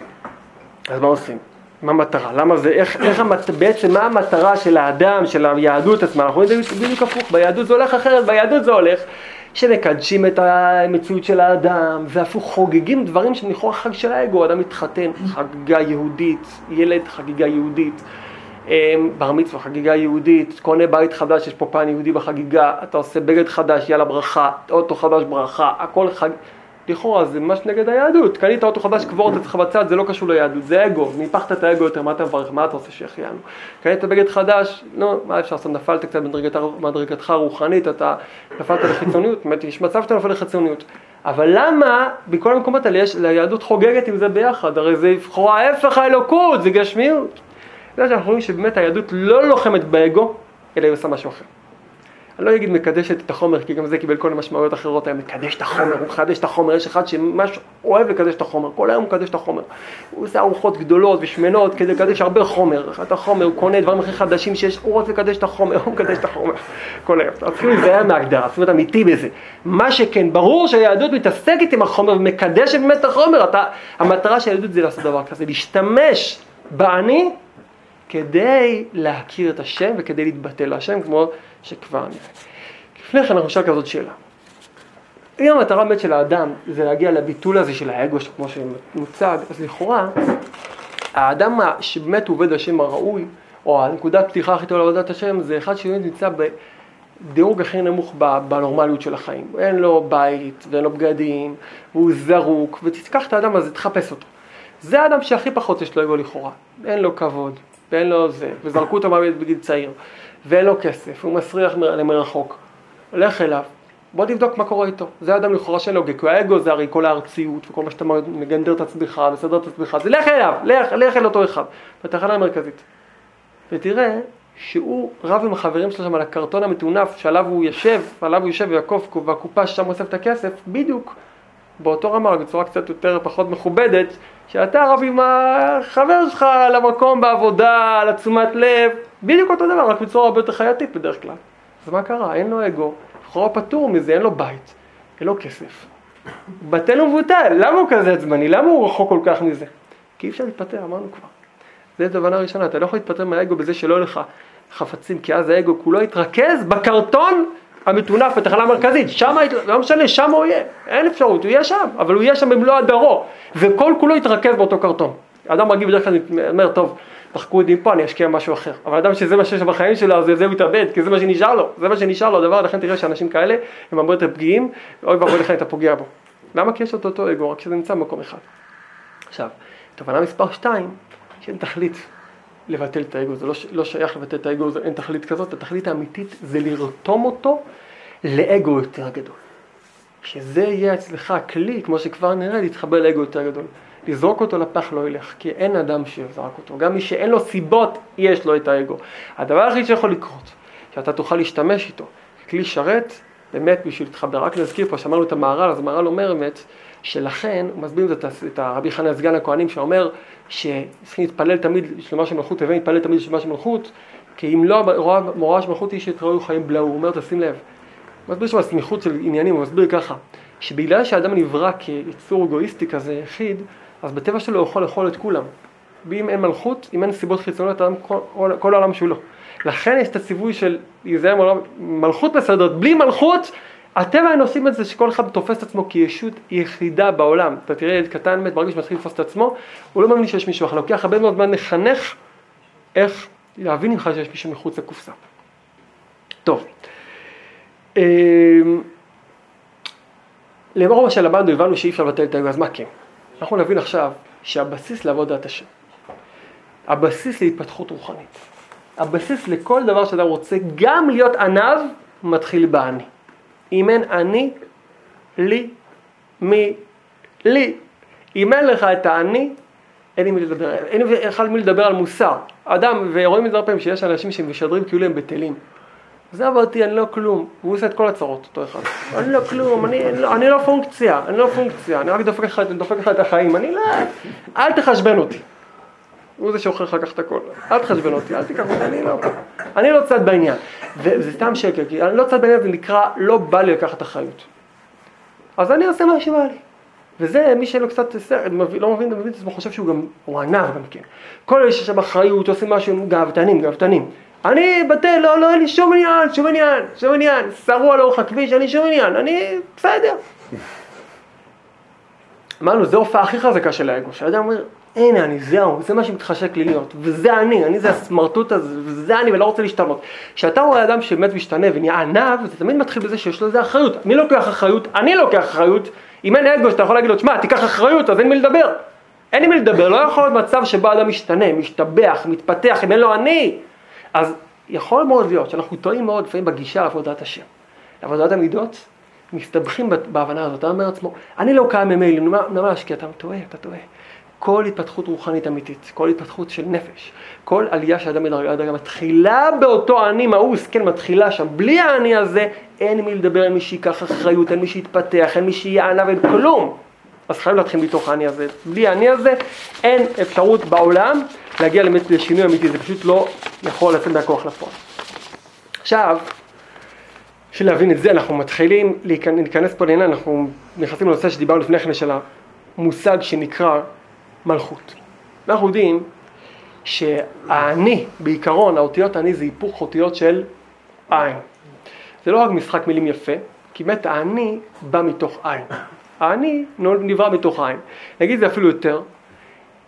מה עושים? מה המטרה? למה זה, בעצם מה המטרה של האדם, של היהדות עצמה? אנחנו יודעים בדיוק הפוך, ביהדות זה הולך אחרת, ביהדות זה הולך שמקדשים את המציאות של האדם, והפוך חוגגים דברים שנכון חג של האגו, אדם מתחתן, חגיגה יהודית, ילד חגיגה יהודית, בר מצווה חגיגה יהודית, קונה בית חדש, יש פה פן יהודי בחגיגה, אתה עושה בגד חדש, יאללה ברכה, אוטו חדש ברכה, הכל חג... לכאורה זה ממש נגד היהדות, קנית אוטו חדש, קבור את עצמך בצד, זה לא קשור ליהדות, זה אגו, ניפחת את האגו יותר, מה אתה מברך, מה אתה עושה שהחיינו? קנית בגד חדש, לא, מה אפשר לעשות, נפלת קצת מדרגתך רוחנית, אתה נפלת לחיצוניות, באמת יש מצב שאתה נפל לחיצוניות, אבל למה בכל המקומות האלה יש ליהדות חוגגת עם זה ביחד? הרי זה לכאורה ההפך האלוקות, זה גשמיות. זה שאנחנו רואים שבאמת היהדות לא לוחמת באגו, אלא היא עושה משהו אחר. אני לא אגיד מקדשת את החומר, כי גם זה קיבל כל המשמעויות האחרות, היה מקדש את החומר, הוא מקדש את החומר, יש אחד שממש אוהב לקדש את החומר, כל היום הוא מקדש את החומר. הוא עושה ארוחות גדולות ושמנות כדי לקדש הרבה חומר, את החומר, הוא קונה דברים הכי חדשים שיש, הוא רוצה לקדש את החומר, הוא מקדש את החומר, כל היום. אז כאילו זה היה מהגדרה, זאת אומרת אמיתי בזה. מה שכן, ברור שהיהדות מתעסקת עם החומר ומקדשת באמת את החומר, המטרה של היהדות זה לעשות דבר כזה, להשתמש באני כדי להכיר את השם וכדי להתבטל להשם, כמו שכבר נראה. לפני כן אנחנו נשאל כזאת שאלה. אם המטרה באמת של האדם זה להגיע לביטול הזה של האגו, כמו שמוצג, אז לכאורה, האדם שבאמת עובד השם הראוי, או הנקודת פתיחה הכי טובה לעבודת השם, זה אחד שנמצא בדירוג הכי נמוך בנורמליות של החיים. אין לו בית, ואין לו בגדים, והוא זרוק, ותיקח את האדם הזה, תחפש אותו. זה האדם שהכי פחות יש לו אגו לכאורה. אין לו כבוד, ואין לו זה, וזרקו אותו מהבית בגיל צעיר, ואין לו כסף, הוא מסריח למרחוק. לך אליו, בוא תבדוק מה קורה איתו. זה האדם לכאורה שאין לו אגו, כי האגו זה הרי כל הארציות, וכל מה שאתה מגנדר את עצמך, מסדר את עצמך, זה לך אליו, לך אל אותו אחד, בתחנה המרכזית. ותראה שהוא רב עם החברים שלו שם על הקרטון המטונף שעליו הוא יושב ויעקוף והקופה ששם אוסף את הכסף, בדיוק באותו רמה, בצורה קצת יותר פחות מכובדת, שאתה רב עם החבר שלך על המקום בעבודה, על התשומת לב, בדיוק אותו דבר, רק בצורה הרבה יותר חייתית בדרך כלל. אז מה קרה? אין לו אגו, לכאורה פטור מזה, אין לו בית, אין לו כסף. בטל ומבוטל, למה הוא כזה עצבני? למה הוא רחוק כל כך מזה? כי אי אפשר להתפטר, אמרנו כבר. זה תובנה ראשונה, אתה לא יכול להתפטר מהאגו בזה שלא לך חפצים, כי אז האגו כולו יתרכז בקרטון המטונף בתחנה המרכזית, שם, לא משנה, שם הוא יהיה, אין אפשרות, הוא יהיה שם, אבל הוא יהיה שם במלוא הדרו, וכל כולו יתרכז באותו קרטון. האדם רגיל בדרך כלל אומר, טוב, תחקו אותי פה, אני אשקיע משהו אחר, אבל אדם שזה מה שיש בחיים שלו, אז זה הוא יתאבד, כי זה מה שנשאר לו, הדבר, לכן תראה שאנשים כאלה, הם הרבה יותר פגיעים, אוי ואבוי לכן אתה פוגע בו. למה? כי יש אותו אגו, רק שזה נמצא במקום אחד. עכשיו, תובנה מספר 2, שאין תכלית לבטל את האגו, זה לא שייך לבטל את האגו, אין תכלית כזאת, התכלית האמיתית זה לרתום אותו לאגו יותר גדול. שזה יהיה אצלך כלי, כמו שכבר נראה, להתחבר לאגו יותר גדול. לזרוק אותו לפח לא ילך, כי אין אדם שיזרק אותו. גם מי שאין לו סיבות, יש לו את האגו. הדבר הכי שיכול לקרות, שאתה תוכל להשתמש איתו, כלי שרת, באמת בשביל להתחבר. רק נזכיר פה, שמענו את המהר"ל, אז המהר"ל אומר באמת, שלכן, הוא מסביר את הרבי חנניה סגן הכהנים, שאומר שצריכים להתפלל תמיד לשלמה של מלכות, להתפלל תמיד לשלמה של מלכות, כי אם לא, מוראה של מלכות היא שתראו חיים בלעו. הוא אומר, תשים לב. הוא מסביר שם הסמיכות של עניינים, הוא מסביר ככה, שבגלל שהאדם נברא כיצור אגואיסטי כזה יחיד, אז בטבע שלו הוא יכול לאכול את כולם. ואם אין מלכות, אם אין סיבות חיצוניות, כל העולם שלו. לכן יש את הציווי של מלכות מסדרת. בלי מלכות, הטבע הם עושים את זה שכל אחד תופס את עצמו כישות יחידה בעולם. אתה תראה ילד קטן מת, ברגע שמתחיל לתפוס את עצמו, הוא לא מאמין שיש מישהו אחר. לוקח הרבה מאוד זמן לחנך איך להבין ממך שיש מישהו מחוץ לקופסה. טוב. למרות מה שלמדנו, הבנו שאי אפשר לבטל את האגו, אז מה כן? אנחנו נבין עכשיו שהבסיס לעבודת השם, הבסיס להתפתחות רוחנית, הבסיס לכל דבר שאתה רוצה, גם להיות ענב, מתחיל באני. אם אין אני, לי, מי, לי. אם אין לך את האני, אין לי מי לדבר, אין אחד מי לדבר על מוסר. אדם, ורואים את זה הרבה פעמים שיש אנשים שמשדרים כאילו הם בטלים. זה עברתי, אני לא כלום. הוא עושה את כל הצרות, אותו אחד. אני לא כלום, אני לא פונקציה, אני רק דופק לך את החיים, אל תחשבן אותי. הוא זה שאוכל לך כך את הכל. אל תחשבן אותי, אל תיקח אותי, אני לא צד בעניין. וזה סתם שקר, כי אני לא צד בעניין, זה נקרא, לא בא לי לקחת אחריות. אז אני עושה מה שבא לי. וזה, מי שלא קצת לא מבין את עצמו, חושב שהוא ענב גם כן. כל אלה שיש שם אחריות, עושים משהו גאוותנים. אני בטל, לא, אין לי שום עניין, שרו על אורך הכביש, אין לי שום עניין, אני בסדר. אמרנו, זו הופעה הכי חזקה של האגו, שהאדם אומר, הנה אני, זהו, זה מה שמתחשק לי להיות, וזה אני זה הסמרטוט הזה, וזה אני ולא רוצה להשתנות. כשאתה רואה אדם שבאמת משתנה ונהיה ענב, זה תמיד מתחיל בזה שיש לו איזה אחריות. מי לוקח אחריות? אני לוקח אחריות. אם אין אגו שאתה יכול להגיד לו, תשמע, תיקח אחריות, אז אין מי לדבר. אין לי מי לדבר, לא יכול להיות מצב שבו אדם משתנה, משתבח, מתפתח, אם אין לו אני. אז יכול מאוד להיות שאנחנו טועים מאוד לפעמים בגישה לעבודת השם. לעבודת המידות, מסתבכים בהבנה הזאת. אתה אומר עצמו, אני לא קיים ממילא, ממש, כי אתה טועה. כל התפתחות רוחנית אמיתית, כל התפתחות של נפש, כל עלייה שאדם מדרגה מתחילה באותו אני מאוס, כן, מתחילה שם. בלי האני הזה, אין מי לדבר, אין מי שיקח אחריות, אין מי שיתפתח, אין מי שיענה ואין כלום. אז חייב להתחיל מתוך האני הזה. בלי האני הזה, אין אפשרות בעולם להגיע לשינוי אמיתי, זה פשוט לא יכול לצאת מהכוח לפועל. עכשיו, בשביל להבין את זה, אנחנו מתחילים להיכנס פה לעניין, אנחנו נכנסים לנושא שדיברנו לפני כן של המושג שנקרא מלכות. אנחנו יודעים שהאני, בעיקרון, האותיות האני זה היפוך אותיות של עין. זה לא רק משחק מילים יפה, כי באמת האני בא מתוך עין. האני נברא מתוך עין. נגיד זה אפילו יותר,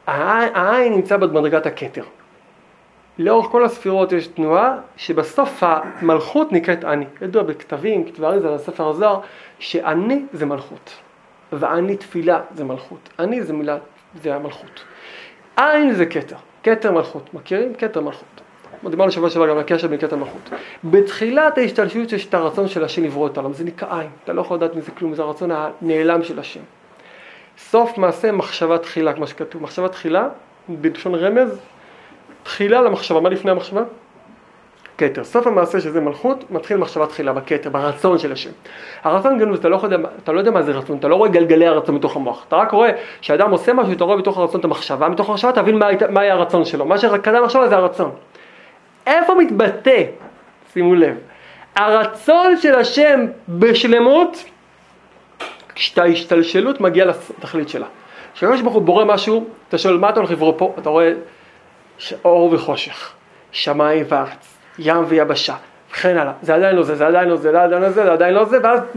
העין נמצא במדרגת הכתר. לאורך כל הספירות יש תנועה שבסוף המלכות נקראת אני. ידוע בכתבים, כתבי אריז"ל, הספר הזוהר, שאני זה מלכות. ואני תפילה זה מלכות. אני זה מילה, זה המלכות. עין זה כתר, כתר מלכות. מכירים? כתר מלכות. דיברנו שבוע שעבר גם לקשר בין כתר מלכות. בתחילת ההשתלשלות יש את הרצון של השם לברוא את העולם. זה נקרא עין. אתה לא יכול לדעת מזה כלום. זה הרצון הנעלם של השם. סוף מעשה מחשבה תחילה, כמו שכתוב. מחשבה תחילה, בלשון רמז, תחילה למחשבה. מה לפני המחשבה? כתר. סוף המעשה שזה מלכות, מתחיל מחשבה תחילה בכתר, ברצון של השם. הרצון גנוז, אתה לא יודע מה זה רצון, אתה לא רואה גלגלי הרצון מתוך המוח. אתה רק רואה שאדם עושה משהו, אתה רואה בתוך הרצון את המחשבה, מתוך המחשבה תבין מה היה הרצון שלו. מה שקדם המחשבה זה הרצון. איפה מתבטא, שימו לב, הרצון של השם בשלמות, כשההשתלשלות מגיעה לתכלית שלה. כשהקדוש ברוך הוא בורא משהו, אתה שואל מה אתה הולך לברוא פה? אתה רואה אור וחושך, שמיים וארץ, ים ויבשה, וכן הלאה. זה עדיין לא זה, זה עדיין לא זה, זה עדיין לא זה, זה עדיין לא זה, ואז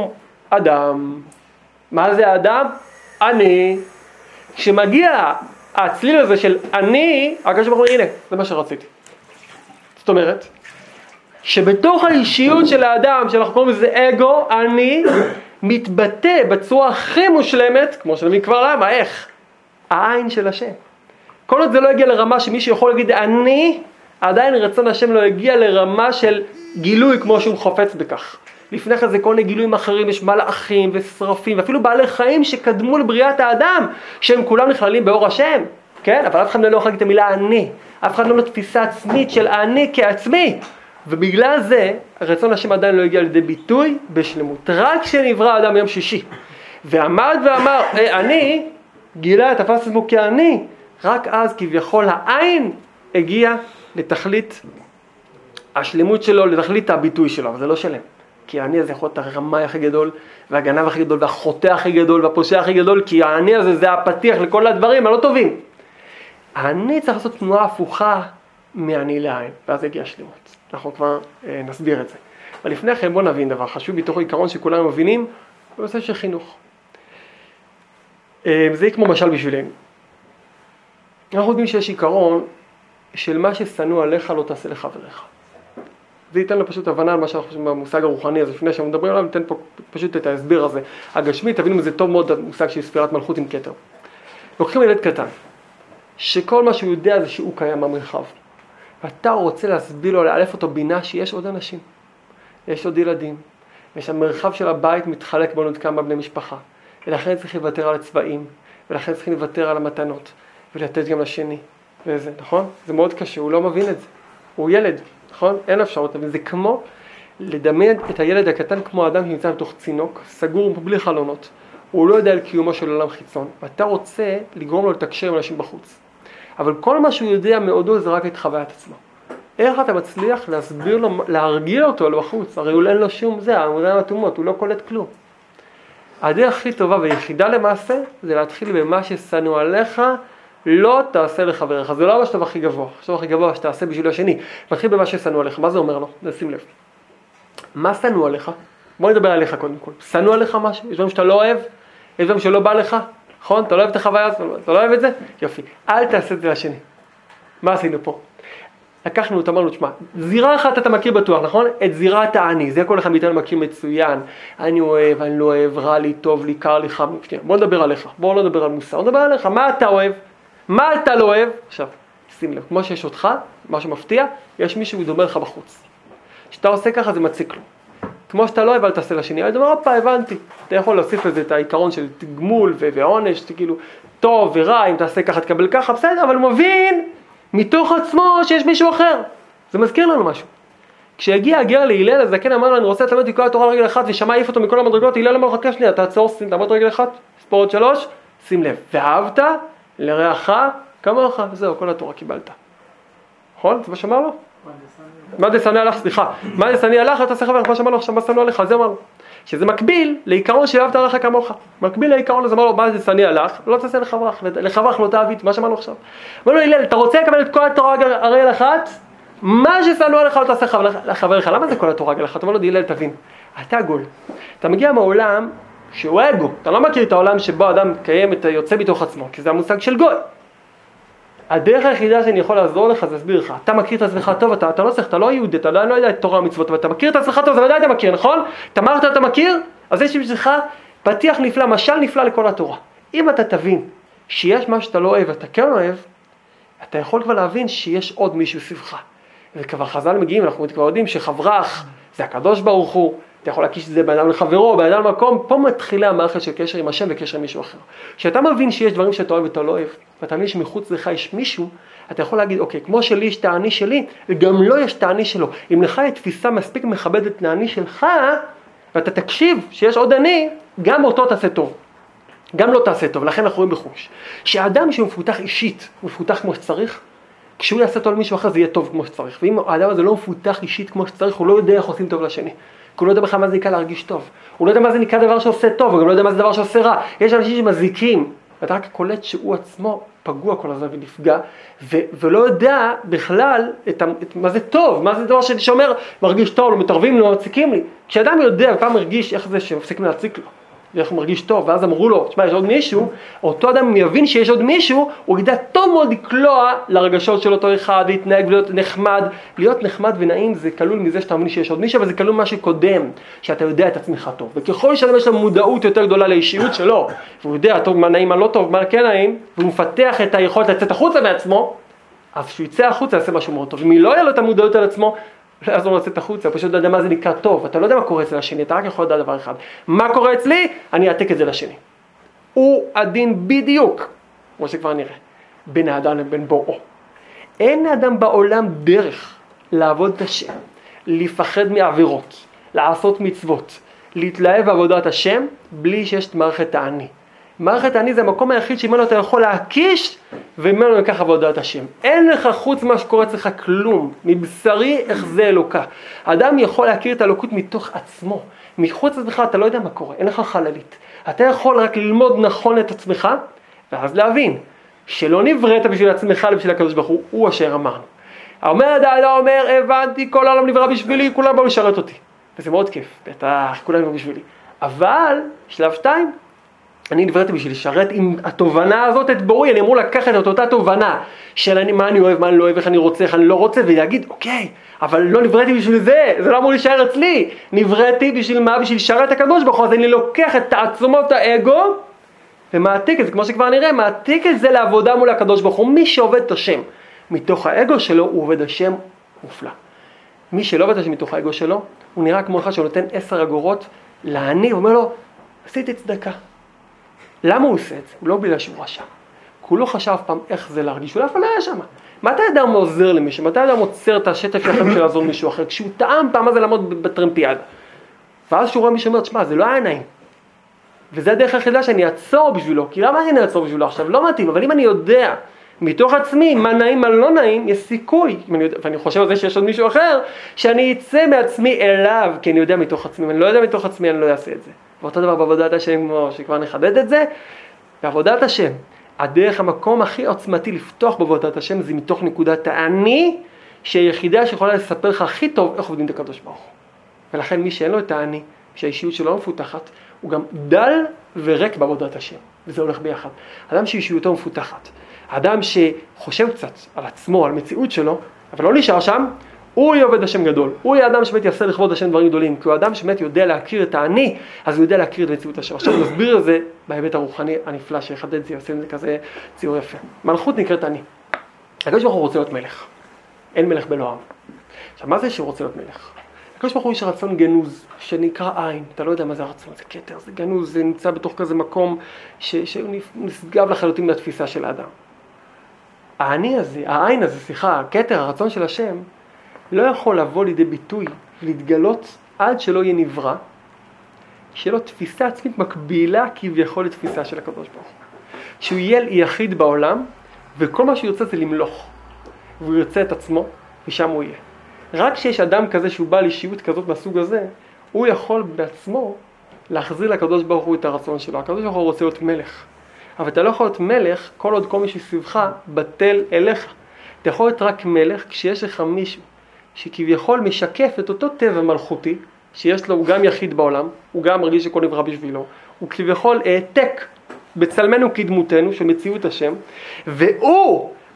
אדם. מה זה האדם? אני. כשמגיע הצליל הזה של אני, הקדוש ברוך הוא אומר, הנה, זה מה שרציתי. זאת אומרת, שבתוך האישיות של האדם, שאנחנו קוראים לזה אגו, אני, מתבטא בצורה הכי מושלמת, כמו שנבין כבר למה, איך? העין של השם. כל עוד זה לא הגיע לרמה שמישהו יכול להגיד אני, עדיין רצון השם לא הגיע לרמה של גילוי כמו שהוא חופץ בכך. לפני כן זה כל מיני גילויים אחרים, יש מלאכים ושרפים, ואפילו בעלי חיים שקדמו לבריאת האדם, שהם כולם נכללים באור השם, כן? אבל אף אחד לא יכול להגיד את המילה אני, אף אחד לא לתפיסה עצמית של אני כעצמי, ובגלל זה רצון השם עדיין לא הגיע לידי ביטוי בשלמות. רק כשנברא האדם יום שישי, ועמד ואמר, אני, גילה, תפס עצמו כאני, רק אז כביכול העין הגיע לתכלית השלמות שלו, לתכלית הביטוי שלו, אבל זה לא שלם. כי העני הזה יכול להיות הרמאי הכי גדול, והגנב הכי גדול, והחוטא הכי גדול, והפושע הכי גדול, כי העני הזה זה הפתיח לכל הדברים הלא טובים. העני צריך לעשות תנועה הפוכה מעני לעין, ואז הגיע השלמות. אנחנו כבר נסביר את זה. אבל לפני כן בואו נבין דבר חשוב בתוך עיקרון שכולנו מבינים, בנושא של חינוך. זה יהיה כמו משל בשבילנו. אנחנו יודעים שיש עיקרון של מה ששנוא עליך לא תעשה לחבריך. זה ייתן לו פשוט הבנה על מה שאנחנו חושבים במושג הרוחני הזה. לפני שאנחנו מדברים עליו, ניתן פה פשוט את ההסבר הזה. הגשמי, תבינו מזה טוב מאוד המושג של ספירת מלכות עם כתר. לוקחים ילד קטן, שכל מה שהוא יודע זה שהוא קיים במרחב. ואתה רוצה להסביר לו, לאלף אותו בינה שיש עוד אנשים. יש עוד ילדים. ושהמרחב של הבית מתחלק בו עוד כמה בני משפחה. ולכן צריך לוותר על הצבעים. ולכן צריך לוותר על המתנות. ולתת גם לשני. וזה, נכון? זה מאוד קשה, הוא לא מבין את זה. הוא ילד, נכון? אין אפשרות, אבל זה כמו לדמיין את הילד הקטן כמו האדם שנמצא בתוך צינוק, סגור בלי חלונות. הוא לא יודע על קיומו של עולם חיצון, ואתה רוצה לגרום לו לתקשר עם אנשים בחוץ. אבל כל מה שהוא יודע מעודו זה רק את חוויית עצמו. איך אתה מצליח להסביר לו, להרגיל אותו לבחוץ? הרי הוא אין לו שום זה, העמודן התאומות, הוא לא קולט כלום. הדרך הכי טובה והיחידה למעשה, זה להתחיל במה ששנוא עליך, לא תעשה לחבריך. זה לא השלב הכי גבוה. השלב הכי גבוה שתעשה בשביל השני. מתחיל במה ששנוא עליך. מה זה אומר לו? נשים לב. מה שנוא עליך? בוא נדבר עליך קודם כל. שנוא עליך משהו? יש דברים שאתה לא אוהב? יש דברים שלא בא לך? נכון? אתה לא אוהב את החוויה? אתה לא אוהב את זה? יופי. אל תעשה את זה לשני. מה עשינו פה? לקחנו, אמרנו, תשמע, זירה אחת אתה מכיר בטוח, נכון? את זירת העני. זה כל אחד מאיתנו מכיר מצוין. אני אוהב, אני לא אוהב, רע לי, טוב לי, קר לי, חם לי. בוא נדבר עליך. בוא לא נדבר על מוסר. בוא נדבר עליך. מה אתה אוהב? מה אתה לא אוהב? עכשיו, שים לב, כמו שיש אותך, משהו מפתיע, יש מישהו שדומה לך בחוץ. כשאתה עושה ככה זה מציק לו. כמו שאתה לא אוהב, אל תעשה לשני. אני אומר, אופה, הבנתי. אתה יכול להוסיף לזה את העיקרון של גמול ועונש, כאילו, טוב ורע, אם תעשה ככה, תקבל ככה, בסדר, אבל הוא מבין מתוך עצמו שיש מישהו אחר. זה מזכיר לנו משהו. כשהגיע הגר להילל, אז הכן אמר לו, אני רוצה לתלמד את כל התורה על רגל אחת, ושמע העיף אותו מכל המדרגות, הלל אמר, חכה שנייה, תעצור, תעמוד רגל אחת, ספור עוד 3, שים לב, ואהבת לרעך כמוך, וזהו, כל התורה קיבלת. נכון? זה מה שאמר לו? מה זה שנוא עליך? סליחה. מה זה שנוא עליך? אתה עושה חבר, מה שאמר לו עכשיו, מה שנוא עליך? זה אמר לו. שזה מקביל לעיקרון של אהבת לרעך כמוך. מקביל לעיקרון לזה, אמר לו, מה זה שנוא עליך? לא תעשה לחברך, לחברך לא תעביד, מה שאמר לו עכשיו. אמר לו, הלל, אתה רוצה לקבל את כל התורה על רגל אחת? מה ששנוא עליך לא תעשה לחברך. למה זה כל התורה על רגל אחת? אמר לו, הלל, תבין. אתה גול. אתה מגיע מהעולם שהוא אגו. אתה לא מכיר את העולם שבו אדם קיים, יוצא בתוך עצמו, כי זה המושג של גוי. הדרך היחידה שאני יכול לעזור לך זה להסביר לך. אתה מכיר את עצמך טוב, אתה לא צריך, אתה לא יהודי, אתה לא יודע את תורה המצוות, אבל אתה מכיר את עצמך טוב, זה ודאי אתה מכיר, נכון? אתה אמרת אתה מכיר? אז יש בשבילך פתיח נפלא, משל נפלא לכל התורה. אם אתה תבין שיש מה שאתה לא אוהב, אתה כן אוהב, אתה יכול כבר להבין שיש עוד מישהו סביבך. וכבר חז"ל מגיעים, אנחנו כבר יודעים שחברך זה הקדוש ברוך הוא, אתה יכול להקיש את זה באדם לחברו, באדם למקום, פה מתחילה המערכת של קשר עם השם וקשר עם מישהו אחר. כשאתה מבין שיש דברים שאתה אוהב ואתה לא אוהב, ואתה מבין שמחוץ לך יש מישהו, אתה יכול להגיד, אוקיי, כמו שלי יש את האני שלי, וגם לא יש את האני שלו. אם לך יש תפיסה מספיק מכבדת לאני שלך, ואתה תקשיב שיש עוד אני, גם אותו תעשה טוב. גם לא תעשה טוב, לכן אנחנו רואים בחוש. שהאדם שהוא מפותח אישית, הוא מפותח כמו שצריך, כשהוא יעשה טוב למישהו אחר זה יהיה טוב כמו שצריך. ואם האדם הזה לא מפותח אישית כמו שצריך, הוא לא יודע איך עושים טוב לשני. כי הוא לא יודע בכלל מה זה נקרא להרגיש טוב. הוא לא יודע מה זה נקרא דבר שעושה טוב, הוא גם לא יודע מה זה דבר שעושה רע. יש אנשים שמזיקים, ואתה רק קולט שהוא עצמו פגוע כל הזמן ונפגע, ולא יודע בכלל מה זה טוב, מה זה דבר שאומר, מרגיש טוב, לא מתערבים לו, מציקים לי. כשאדם יודע, פעם מרגיש איך זה שמפסיקים להציק לו. איך הוא מרגיש טוב, ואז אמרו לו, תשמע, יש עוד מישהו, אותו אדם יבין שיש עוד מישהו, הוא ידע טוב מאוד לקלוע לרגשות של אותו אחד, להתנהג ולהיות נחמד. להיות נחמד ונעים זה כלול מזה שאתה מבין שיש עוד מישהו, אבל זה כלול משהו קודם, שאתה יודע את עצמך טוב. וככל שאדם יש לו מודעות יותר גדולה לאישיות שלו, והוא יודע טוב מה נעים, מה לא טוב, מה כן נעים, והוא מפתח את היכולת לצאת החוצה מעצמו, אז כשהוא יצא החוצה יעשה משהו מאוד טוב. אם היא לא יהיה לו את המודעות על עצמו, לא יעזור לצאת החוצה, פשוט לא יודע מה זה נקרא טוב, אתה לא יודע מה קורה אצל השני, אתה רק יכול לדעת דבר אחד. מה קורה אצלי? אני אעתק את זה לשני. הוא הדין בדיוק, כמו שכבר נראה, בין האדם לבין בוראו. אין האדם בעולם דרך לעבוד את השם, לפחד מעבירות, לעשות מצוות, להתלהב בעבודת השם, בלי שיש את מערכת האני. מערכת האני זה המקום היחיד שממנו אתה יכול להקיש וממנו לקח עבודת השם. אין לך חוץ מה שקורה אצלך כלום, מבשרי איך זה אלוקה. האדם יכול להכיר את האלוקות מתוך עצמו. מחוץ עצמך אתה לא יודע מה קורה, אין לך חללית. אתה יכול רק ללמוד נכון את עצמך, ואז להבין שלא נבראת בשביל עצמך אלא בשביל הקדוש ברוך הוא, הוא אשר אמרנו. אומר האדם אומר, הבנתי, כל העולם נברא בשבילי, כולם באו לשרת אותי. וזה מאוד כיף, בטח, כולם באו בשבילי. אבל, שלב 2, אני נבראתי בשביל לשרת עם התובנה הזאת את בוראי, אני אמור לקחת את אותה תובנה של מה אני אוהב, מה אני לא אוהב, איך אני רוצה, איך אני לא רוצה, ולהגיד, אוקיי, אבל לא נבראתי בשביל זה, זה לא אמור להישאר אצלי, נבראתי בשביל מה? בשביל לשרת הקדוש ברוך הוא, אז אני לוקח את תעצומות האגו, ומעתיק את זה, כמו שכבר נראה, מעתיק את זה לעבודה מול הקדוש ברוך הוא, מי שעובד את השם מתוך האגו שלו, הוא עובד השם מופלא. מי שלא עובד השם מתוך האגו שלו, הוא נראה כמו אחד שנותן 10 אגורות לעני, ואומר לו, עשיתי צדקה. למה הוא עושה את זה? הוא לא בגלל שהוא רשע. כי הוא לא חשב פעם איך זה להרגיש, הוא לא אפילו היה שם. מתי אדם עוזר למישהו? מתי אדם עוצר את השטף שלכם של לעזור למישהו אחר? כשהוא טעם פעם מה זה לעמוד בטרמפיאדה. ואז שהוא רואה מישהו אומר, תשמע, זה לא היה נעים. וזה הדרך היחידה שאני אעצור בשבילו. כי למה אני אעצור בשבילו עכשיו? לא מתאים, אבל אם אני יודע מתוך עצמי מה נעים, מה לא נעים, יש סיכוי, ואני חושב על זה שיש עוד מישהו אחר, שאני אצא מעצמי אליו, כי אני יודע מתוך עצמי, אם אני לא יודע מתוך עצמי, אני לא אעשה את זה. ואותו דבר בעבודת השם, כמו שכבר נחדד את זה, בעבודת השם, הדרך המקום הכי עוצמתי לפתוח בעבודת השם, זה מתוך נקודת האני, שהיחידה שיכולה לספר לך הכי טוב איך עובדים את הקדוש ברוך הוא. ולכן מי שאין לו את האני, שהאישיות שלו לא מפותחת, הוא גם דל וריק בעבודת השם, וזה הולך ביחד. אדם שאישיותו מפותחת, אדם שחושב קצת על עצמו, על מציאות שלו, אבל לא נשאר שם, הוא יהיה עובד השם גדול. הוא יהיה אדם שבאמת יעשה לכבוד השם דברים גדולים, כי הוא אדם שבאמת יודע להכיר את האני, אז הוא יודע להכיר את מציאות השם. עכשיו נסביר את זה בהיבט הרוחני הנפלא שיחדד זה, יעשה את זה כזה ציור יפה. מלכות נקראת אני. הקדוש ברוך הוא רוצה להיות מלך. אין מלך בלא עם. עכשיו מה זה שהוא רוצה להיות מלך? הקדוש ברוך הוא יש רצון גנוז, שנקרא עין. אתה לא יודע מה זה הרצון, זה כתר, זה גנוז, זה נמצא בתוך כזה מקום שנשגב לחלוטין מהתפיסה של האדם. העין הזה, הכתר, הרצון של השם, לא יכול לבוא לידי ביטוי, להתגלות עד שלא יהיה נברא, שיהיה לו תפיסה עצמית מקבילה כביכול לתפיסה של הקדוש ברוך הוא. שהוא יהיה יחיד בעולם, וכל מה שהוא ירצה זה למלוך. והוא ירצה את עצמו, ושם הוא יהיה. רק שיש אדם כזה שהוא בא לאישיות כזאת מהסוג הזה, הוא יכול בעצמו להחזיר לקדוש ברוך הוא את הרצון שלו. הקדוש ברוך הוא רוצה להיות מלך. אבל אתה לא יכול להיות מלך כל עוד כל מי שסביבך בטל אליך. אתה יכול להיות רק מלך כשיש לך מישהו שכביכול משקף את אותו טבע מלכותי, שיש לו, הוא גם יחיד בעולם, הוא גם מרגיש שכל נברא בשבילו, הוא כביכול העתק בצלמנו כדמותנו של מציאות השם, והוא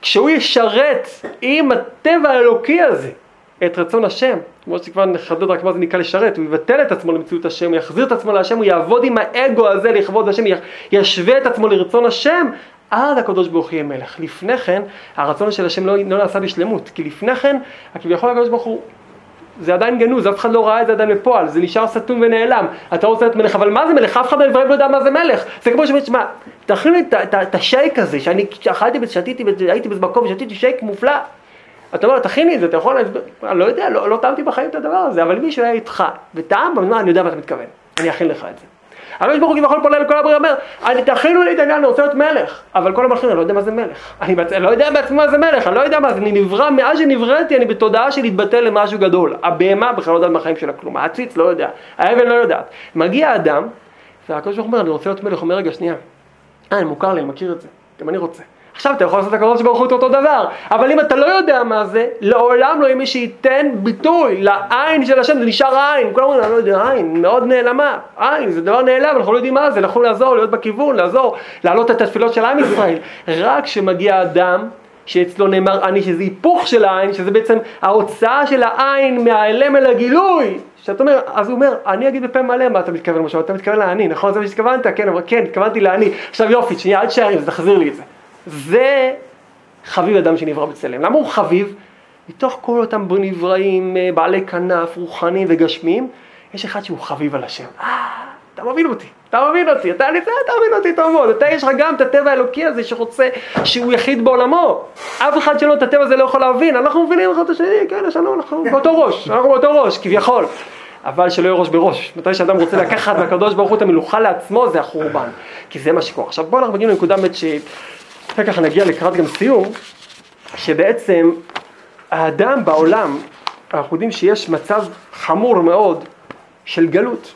כשהוא ישרת עם הטבע האלוקי הזה את רצון השם, כמו שכבר נחדד רק מה זה נקרא לשרת, הוא יבטל את עצמו למציאות השם, הוא יחזיר את עצמו להשם, הוא יעבוד עם האגו הזה לכבוד השם, ישווה את עצמו לרצון השם, עד הקדוש ברוך הוא יהיה מלך. לפני כן, הרצון של השם לא נעשה בשלמות, כי לפני כן, כביכול הקדוש ברוך הוא, זה עדיין גנוז, אף אחד לא ראה את זה עדיין בפועל, זה נשאר סתום ונעלם. אתה רוצה להיות מלך, אבל מה זה מלך? אף אחד לא יודע מה זה מלך. זה כמו שאומרת, שמע, תכין לי את השייק הזה, שאני אכלתי ושתיתי, הייתי במקום ושתיתי שייק מופלא. אתה אומר, תכין לי את זה, אתה יכול להסביר, אני לא יודע, לא טעמתי בחיים את הדבר הזה, אבל מישהו היה איתך, וטעם, אני יודע מה אתה מתכוון, אני אכין לך את זה. הקדוש ברוך הוא כביכול פונה לכל הבריאה, אומר, תכינו לי את העניין, אני רוצה להיות מלך. אבל כל המלכים, אני לא יודע מה זה מלך. אני לא יודע בעצמי מה זה מלך, אני לא יודע מה זה. אני נברא, מאז שנבראתי, אני בתודעה של להתבטל למשהו גדול. הבהמה בכלל לא יודעת מהחיים שלה כלום, העציץ לא יודע, האבן לא יודעת. מגיע האדם, והקדוש ברוך הוא אומר, אני רוצה להיות מלך, הוא אומר, רגע, שנייה. אני מוכר לי, אני מכיר את זה, גם אני רוצה. עכשיו אתה יכול לעשות הקדוש ברוך הוא אותו דבר, אבל אם אתה לא יודע מה זה, לעולם לא יהיה מי שייתן ביטוי לעין של השם, זה נשאר עין. כולם אומרים, אני לא יודע, עין מאוד נעלמה, עין זה דבר נעלם, אנחנו לא יודעים מה זה, אנחנו לעזור, להיות בכיוון, לעזור, להעלות את התפילות של עם ישראל. רק כשמגיע אדם שאצלו נאמר אני, שזה היפוך של העין, שזה בעצם ההוצאה של העין מהאלם אל הגילוי, שאתה אומר, אז הוא אומר, אני אגיד בפה מלא מה אתה מתכוון למשהו, אתה מתכוון לעני, נכון? זה מה שהתכוונת? כן, אבל כן, התכוונתי לעני. עכשיו יופי, שנייה, עד שערים, אז תחזיר לי את זה. זה חביב אדם שנברא בצלם. למה הוא חביב? מתוך כל אותם נבראים, בעלי כנף, רוחניים וגשמיים, יש אחד שהוא חביב על השם. אתה מבין אותי, אתה מבין אותי טוב מאוד. אתה יש לך גם את הטבע האלוקי הזה שרוצה שהוא יחיד בעולמו. אף אחד שלא את הטבע הזה לא יכול להבין. אנחנו מבינים אחד את השני, כן, אנחנו באותו ראש, כביכול. אבל שלא יהיה ראש בראש. מתי שאדם רוצה לקחת מהקדוש ברוך הוא את המלוכה לעצמו, זה החורבן. כי זה מה שקורה. עכשיו בואו אנחנו מגיעים לנקודה באמת אחר כך נגיע לקראת גם סיום, שבעצם האדם בעולם, אנחנו יודעים שיש מצב חמור מאוד של גלות,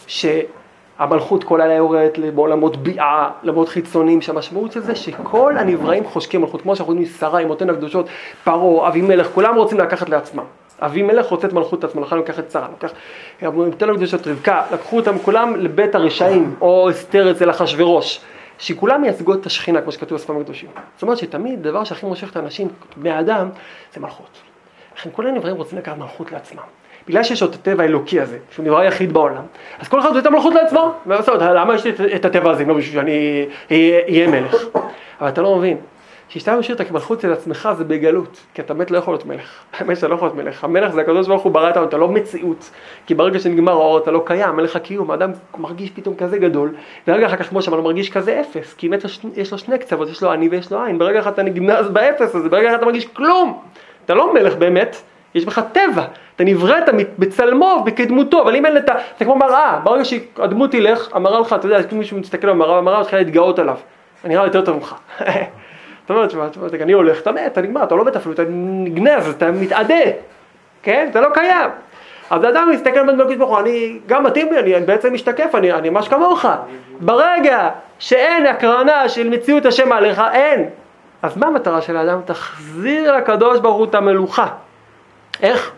שהמלכות כל הלילה יורדת בעולמות ביעה, לעולמות חיצוניים, שהמשמעות של זה שכל הנבראים חושקים מלכות, כמו שאנחנו יודעים שרה עם אותן הקדושות, פרעה, אבימלך, כולם רוצים לקחת לעצמם. אבימלך רוצה את מלכות עצמו, לכן לוקח את שרה, לוקח אותן הקדושות רבקה, לקחו אותם כולם לבית הרשעים, או אסתר אצל אחשוורוש. שכולם מייצגו את השכינה, כמו שכתוב בספרים הקדושים. זאת אומרת שתמיד דבר שהכי מושך את האנשים, בני האדם, זה מלכות. לכן כל הנבראים רוצים לקחת מלכות לעצמם. בגלל שיש עוד את הטבע האלוקי הזה, שהוא נברא יחיד בעולם, אז כל אחד רוצה את המלכות לעצמו. למה יש לי את הטבע הזה? לא בשביל שאני אהיה מלך. אבל אתה לא מבין. כשאתה משאיר את המלכות של עצמך זה בגלות, כי אתה באמת לא יכול להיות מלך. באמת שאתה לא יכול להיות מלך. המלך זה הקדוש ברוך הוא ברא אותנו, אתה לא מציאות. כי ברגע שנגמר האור אתה לא קיים, אין לך קיום. האדם מרגיש פתאום כזה גדול, ורגע אחר כך כמו שאמרנו מרגיש כזה אפס, כי באמת יש לו שני קצוות, יש לו אני ויש לו עין. ברגע אחר אתה נגנז באפס הזה, ברגע אחר אתה מרגיש כלום. אתה לא מלך באמת, יש בך טבע. אתה נבראת בצלמו ובקדמותו, אבל אם אין אתה, זה כמו מראה. ברגע שהדמות תלך, המראה לך, אתה יודע, מישהו מסתכל על המראה, המראה מתחילה להתגאות עליו. אני נראה יותר טוב ממך. זאת אומרת, אני הולך, אתה מת, אתה נגמר, אתה לא מת אפילו, אתה נגנז, אתה מתעדה, כן? אתה לא קיים. אז האדם מסתכל בקדוש ברוך הוא, אני גם מתאים לי, אני בעצם משתקף, אני ממש כמוך. ברגע שאין הקרנה של מציאות השם עליך, אין. אז מה המטרה של האדם? תחזיר לקדוש ברוך הוא את המלוכה. איך?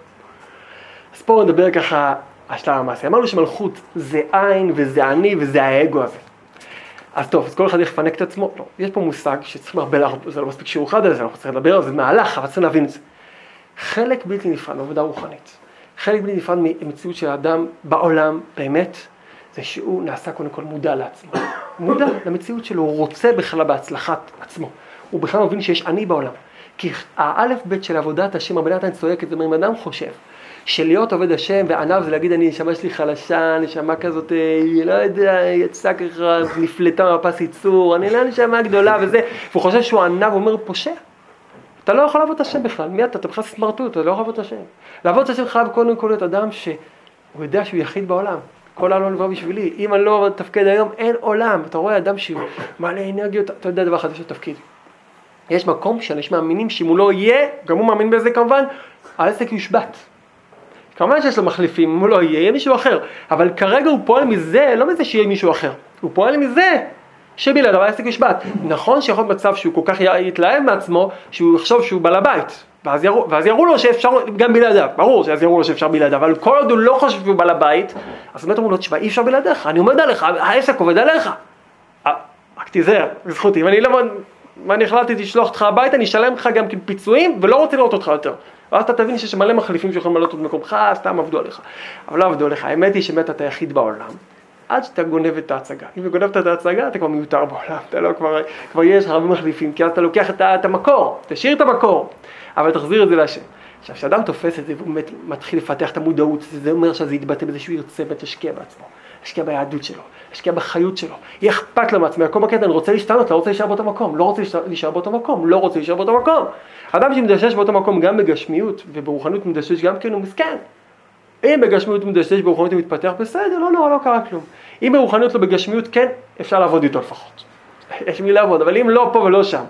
אז פה נדבר ככה, השלב המעשי. אמרנו שמלכות זה עין וזה אני וזה האגו הזה. אז טוב, אז כל אחד יפנק את עצמו. לא, יש פה מושג שצריכים הרבה, זה לא מספיק שיעור אחד על זה, אנחנו צריכים לדבר על זה מהלך, אבל צריכים להבין את זה. חלק בלתי נפרד מעבודה רוחנית. חלק בלתי נפרד ממציאות של האדם בעולם, באמת, זה שהוא נעשה קודם כל מודע לעצמו. מודע למציאות שלו, הוא רוצה בכלל בהצלחת עצמו. הוא בכלל מבין שיש אני בעולם. כי האלף בית של עבודת השם, הבן אדם צועק את זה, אם אדם חושב שלהיות עובד השם ועניו זה להגיד אני נשמה שלי חלשה, נשמה כזאת, לא יודע, יצא ככה, נפלטה מפס ייצור, אני לא נשמה גדולה וזה, והוא חושב שהוא עניו, הוא אומר פושע. אתה לא יכול לעבוד את השם בכלל, מי אתה בכלל סמרטוט, אתה לא יכול לעבוד את השם. לעבוד את השם חייב קודם כל להיות אדם שהוא יודע שהוא יחיד בעולם. כל העולם נברא בשבילי, אם אני לא תפקד היום, אין עולם. אתה רואה אדם שהוא מעלה אנרגיות, אתה יודע דבר אחד, יש לו תפקיד. יש מקום שאנשים מאמינים שאם הוא לא יהיה, גם הוא מאמין בזה כמובן, העסק יושבת. כמובן שיש לו מחליפים, אם הוא לא יהיה מישהו אחר, אבל כרגע הוא פועל מזה, לא מזה שיהיה מישהו אחר, הוא פועל מזה שבלעדיו העסק יושבת. נכון שיכול להיות מצב שהוא כל כך יתלהב מעצמו, שהוא יחשוב שהוא בעל הבית, ואז יראו לו שאפשר גם בלעדיו, ברור שאז יראו לו שאפשר בלעדיו, אבל כל עוד הוא לא חושב שהוא בעל הבית, אז באמת אומרים לו, תשמע, אי אפשר בלעדיך, אני עומד עליך, העסק עובד עליך. רק תיזהר, זכותי, אם אני לא ואני החלטתי לשלוח אותך הביתה, אני אשלם לך גם פיצויים, ולא רוצה לראות אותך יותר. ואז אתה תבין שיש מלא מחליפים שיכולים לעלות עוד מקומך, סתם עבדו עליך. אבל לא עבדו עליך, האמת היא שבאמת אתה היחיד בעולם, עד שאתה גונב את ההצגה. אם גונבת את ההצגה, אתה כבר מיותר בעולם, אתה לא כבר יש הרבה מחליפים, כי אז אתה לוקח את המקור, תשאיר את המקור, אבל תחזיר את זה להשם. עכשיו, כשאדם תופס את זה, הוא באמת מתחיל לפתח את המודעות, זה אומר שזה יתבטא בזה שהוא ירצה ותשקיע בעצמו, ישקיע ביהדות שלו, ישקיע בחיות שלו, יהיה אכפת לו מעצמו, מקום הקטע, אני רוצה להשתנות, לא רוצה להישאר באותו מקום, לא רוצה להישאר באותו מקום, לא רוצה להישאר באותו מקום. אדם שמדשש באותו מקום גם בגשמיות וברוחנות מדשש גם כן הוא מסכן. אם בגשמיות מדשש, ברוחנות הוא מתפתח בסדר, לא קרה כלום. אם ברוחנות לא בגשמיות, כן, אפשר לעבוד איתו לפחות. יש מי לעבוד, אבל אם לא פה ולא שם,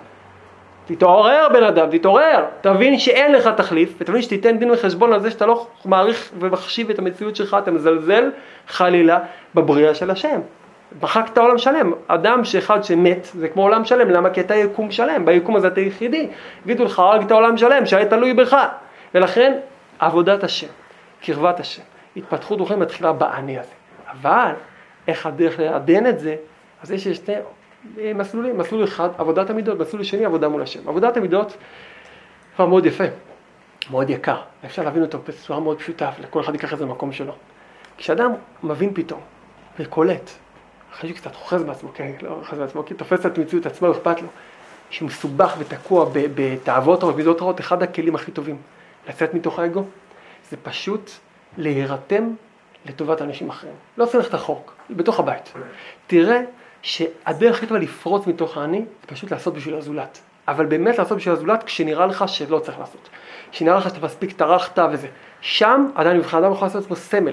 תתעורר בן אדם, תתעורר, תבין שאין לך תחליף, ותבין שתיתן דין וחשבון על זה שאתה לא מעריך ומחשיב את המציאות שלך, אתה מזלזל חלילה בבריאה של השם. מחקת עולם שלם, אדם שאחד שמת, זה כמו עולם שלם, למה? כי אתה יקום שלם, ביקום הזה אתה יחידי, הגידו לך, הרגת עולם שלם, שהיה תלוי בך, ולכן עבודת השם, קרבת השם, התפתחות רוחנית מתחילה באני הזה, אבל איך הדרך לעדן את זה, אז יש שתי מסלולים, מסלול אחד, עבודת המידות, מסלול שני, עבודה מול השם. עבודת המידות כבר מאוד יפה, מאוד יקר, אפשר להבין אותו בצורה מאוד פשוטה, לכל אחד ייקח איזה מקום שלו. כשאדם מבין פתאום וקולט, אחרי שקצת חוכז בעצמו, כן, לא חוכז בעצמו, כי תופס את מציאות עצמו, הוא אכפת לו, שמסובך ותקוע בתאוות רעות, מידות רעות, אחד הכלים הכי טובים לצאת מתוך האגו, זה פשוט להירתם לטובת אנשים אחרים. לא צריך ללכת רחוק, בתוך הבית. תראה שהדרך הכי טובה לפרוץ מתוך האני, זה פשוט לעשות בשביל הזולת. אבל באמת לעשות בשביל הזולת כשנראה לך שלא צריך לעשות. כשנראה לך שאתה מספיק טרחת וזה. שם עדיין מבחן אדם יכול לעשות עצמו סמל.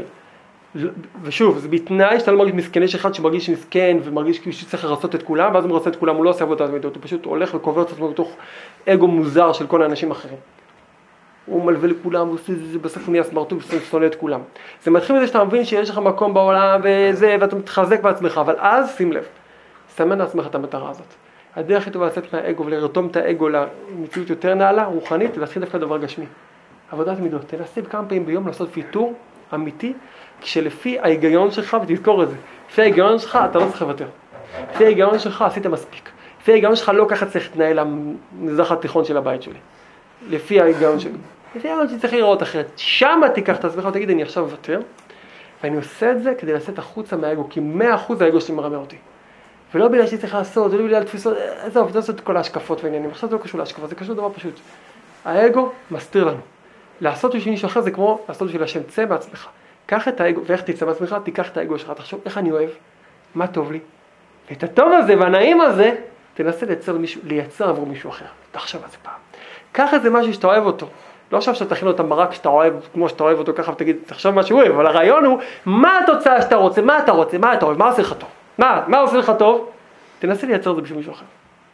ושוב, זה בתנאי שאתה לא מרגיש מסכן, יש אחד שמרגיש מסכן ומרגיש כאילו שצריך לרצות את כולם, ואז הוא מרצה את כולם, הוא לא עושה עבודת המידות, הוא פשוט הולך וקובר את עצמו בתוך אגו מוזר של כל האנשים אחרים. הוא מלווה לכולם, הוא עושה זה, בסוף הוא נהיה סמרטוט, הוא שונא את כולם. זה מתחיל מזה שאתה מבין שיש לך מקום בעולם וזה, ואתה מתחזק בעצמך, אבל אז שים לב, סמן לעצמך את המטרה הזאת. הדרך הכי טובה לצאת מהאגו ולרתום את האגו למציאות יותר נעלה, רוחנית, ולהתחיל דווקא דבר גשמי. עבודת מידות, תנסה כמה פעמים ביום לעשות ויתור אמיתי, כשלפי ההיגיון שלך, ותזכור את זה, לפי ההיגיון שלך אתה לא צריך לוותר. לפי ההיגיון שלך עשית מספיק. לפי ההיגיון שלך לא ככה צריך להתנהל המזרח התיכון של הבית שלי. לפי ההיגיון שלי. לפי ההיגיון שלי צריך לראות אחרת. שם תיקח את עצמך ותגיד, אני עכשיו מוותר, ואני עושה את זה כדי לצאת החוצה מהאגו, כי 100% האגו שלי מרמה אותי. ולא בגלל שצריך לעשות, ולא בגלל תפיסות, עזוב, לא לעשות את כל ההשקפות והעניינים. עכשיו זה לא קשור להשקפות, זה קשור לדבר פשוט. האגו מסתיר לנו. לעשות בשביל מישהו אחר זה כמו לעשות בשביל השם, צא בעצמך. קח את האגו, ואיך תצא בעצמך, תיקח את האגו שלך, תחשוב איך אני אוהב, מה טוב לי. ואת הטוב הזה והנעים הזה, תנסה לייצר עבור מישהו אחר. תחשוב על זה פעם. קח את זה משהו שאתה אוהב אותו. לא עכשיו שאתה תכין לו את המרק שאתה אוהב, כמו שאתה אוהב אותו ככה, ותגיד, תחשוב מה שהוא אוהב, אבל הרעיון הוא, מה התוצאה שאתה רוצה, מה אתה רוצה, מה אתה אוהב, מה עושה לך טוב? מה עושה לך טוב? תנסה לייצר את זה בשביל מישהו אחר.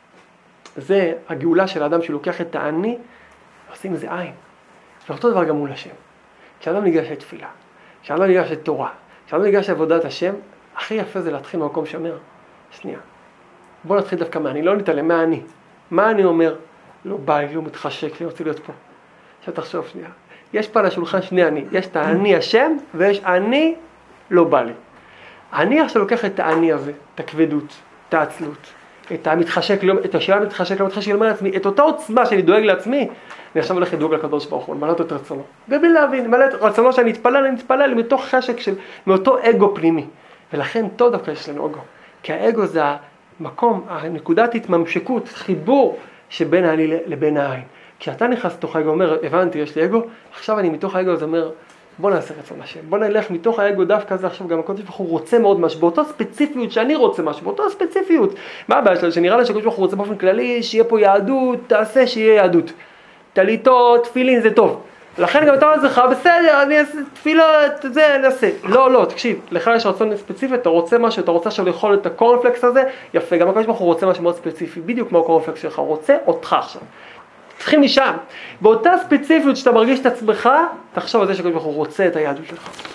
זה הגאולה של האדם שלוקח את האני, ועושים עם זה עין. ואותו דבר גם מול השם. כשאדם ניגש לתפילה, כשאדם ניגש לתורה, כשאדם ניגש לעבודת השם, הכי יפה זה להתחיל במקום שאומר, שנייה, בוא נתחיל דווקא מה אני, לא נתעלם, מה אני? מה אני אומר? לא בא לי, לא מתחשק, לא רוצה להיות פה. עכשיו תחשוב שנייה, יש פה על השולחן שני אני, יש את האני השם, ויש אני לא בא לי. אני עכשיו לוקח את האני הזה, את הכבדות, את העצלות, את המתחשק, את השאלה מתחשק, לא מתחשק, למען לעצמי, את אותה עוצמה שאני דואג לעצמי, אני עכשיו הולך לדאוג לקדוש ברוך הוא, למלא את רצונו. ובלי להבין, למלא את רצונו שאני אתפלל מתוך חשק מאותו אגו פנימי. ולכן טוב דווקא יש לנו אגו. כי האגו זה המקום, הנקודת התממשקות, חיבור שבין האני לבין העין. כשאתה נכנס לתוך האגו, אומר, הבנתי, יש לי אגו, עכשיו אני מתוך האגו, זה אומר, בוא נעשה רצון השם, בוא נלך מתוך האגו דווקא זה עכשיו, גם הקדוש ברוך הוא רוצה מאוד משהו, באותו ספציפיות שאני רוצה משהו, באותו ספציפיות. מה הבעיה שלו? שנראה לי שהקדוש ברוך הוא רוצה באופן כללי, שיהיה פה יהדות, תעשה שיהיה יהדות. טליתות, תפילין זה טוב. לכן גם אתה אומר לך, בסדר, אני אעשה תפילות, זה נעשה. לא, תקשיב, לך יש רצון ספציפי, אתה רוצה משהו, אתה רוצה עכשיו לאכול את הקורנפלקס הזה, יפה, גם הקדוש ברוך הוא רוצה משהו מאוד ספציפי, בדיוק כמו הקורנפלקס שלך, רוצה אותך עכשיו. צריכים משם. באותה ספציפיות שאתה מרגיש את עצמך, תחשוב על זה שהקדוש ברוך הוא רוצה את היהדות שלך.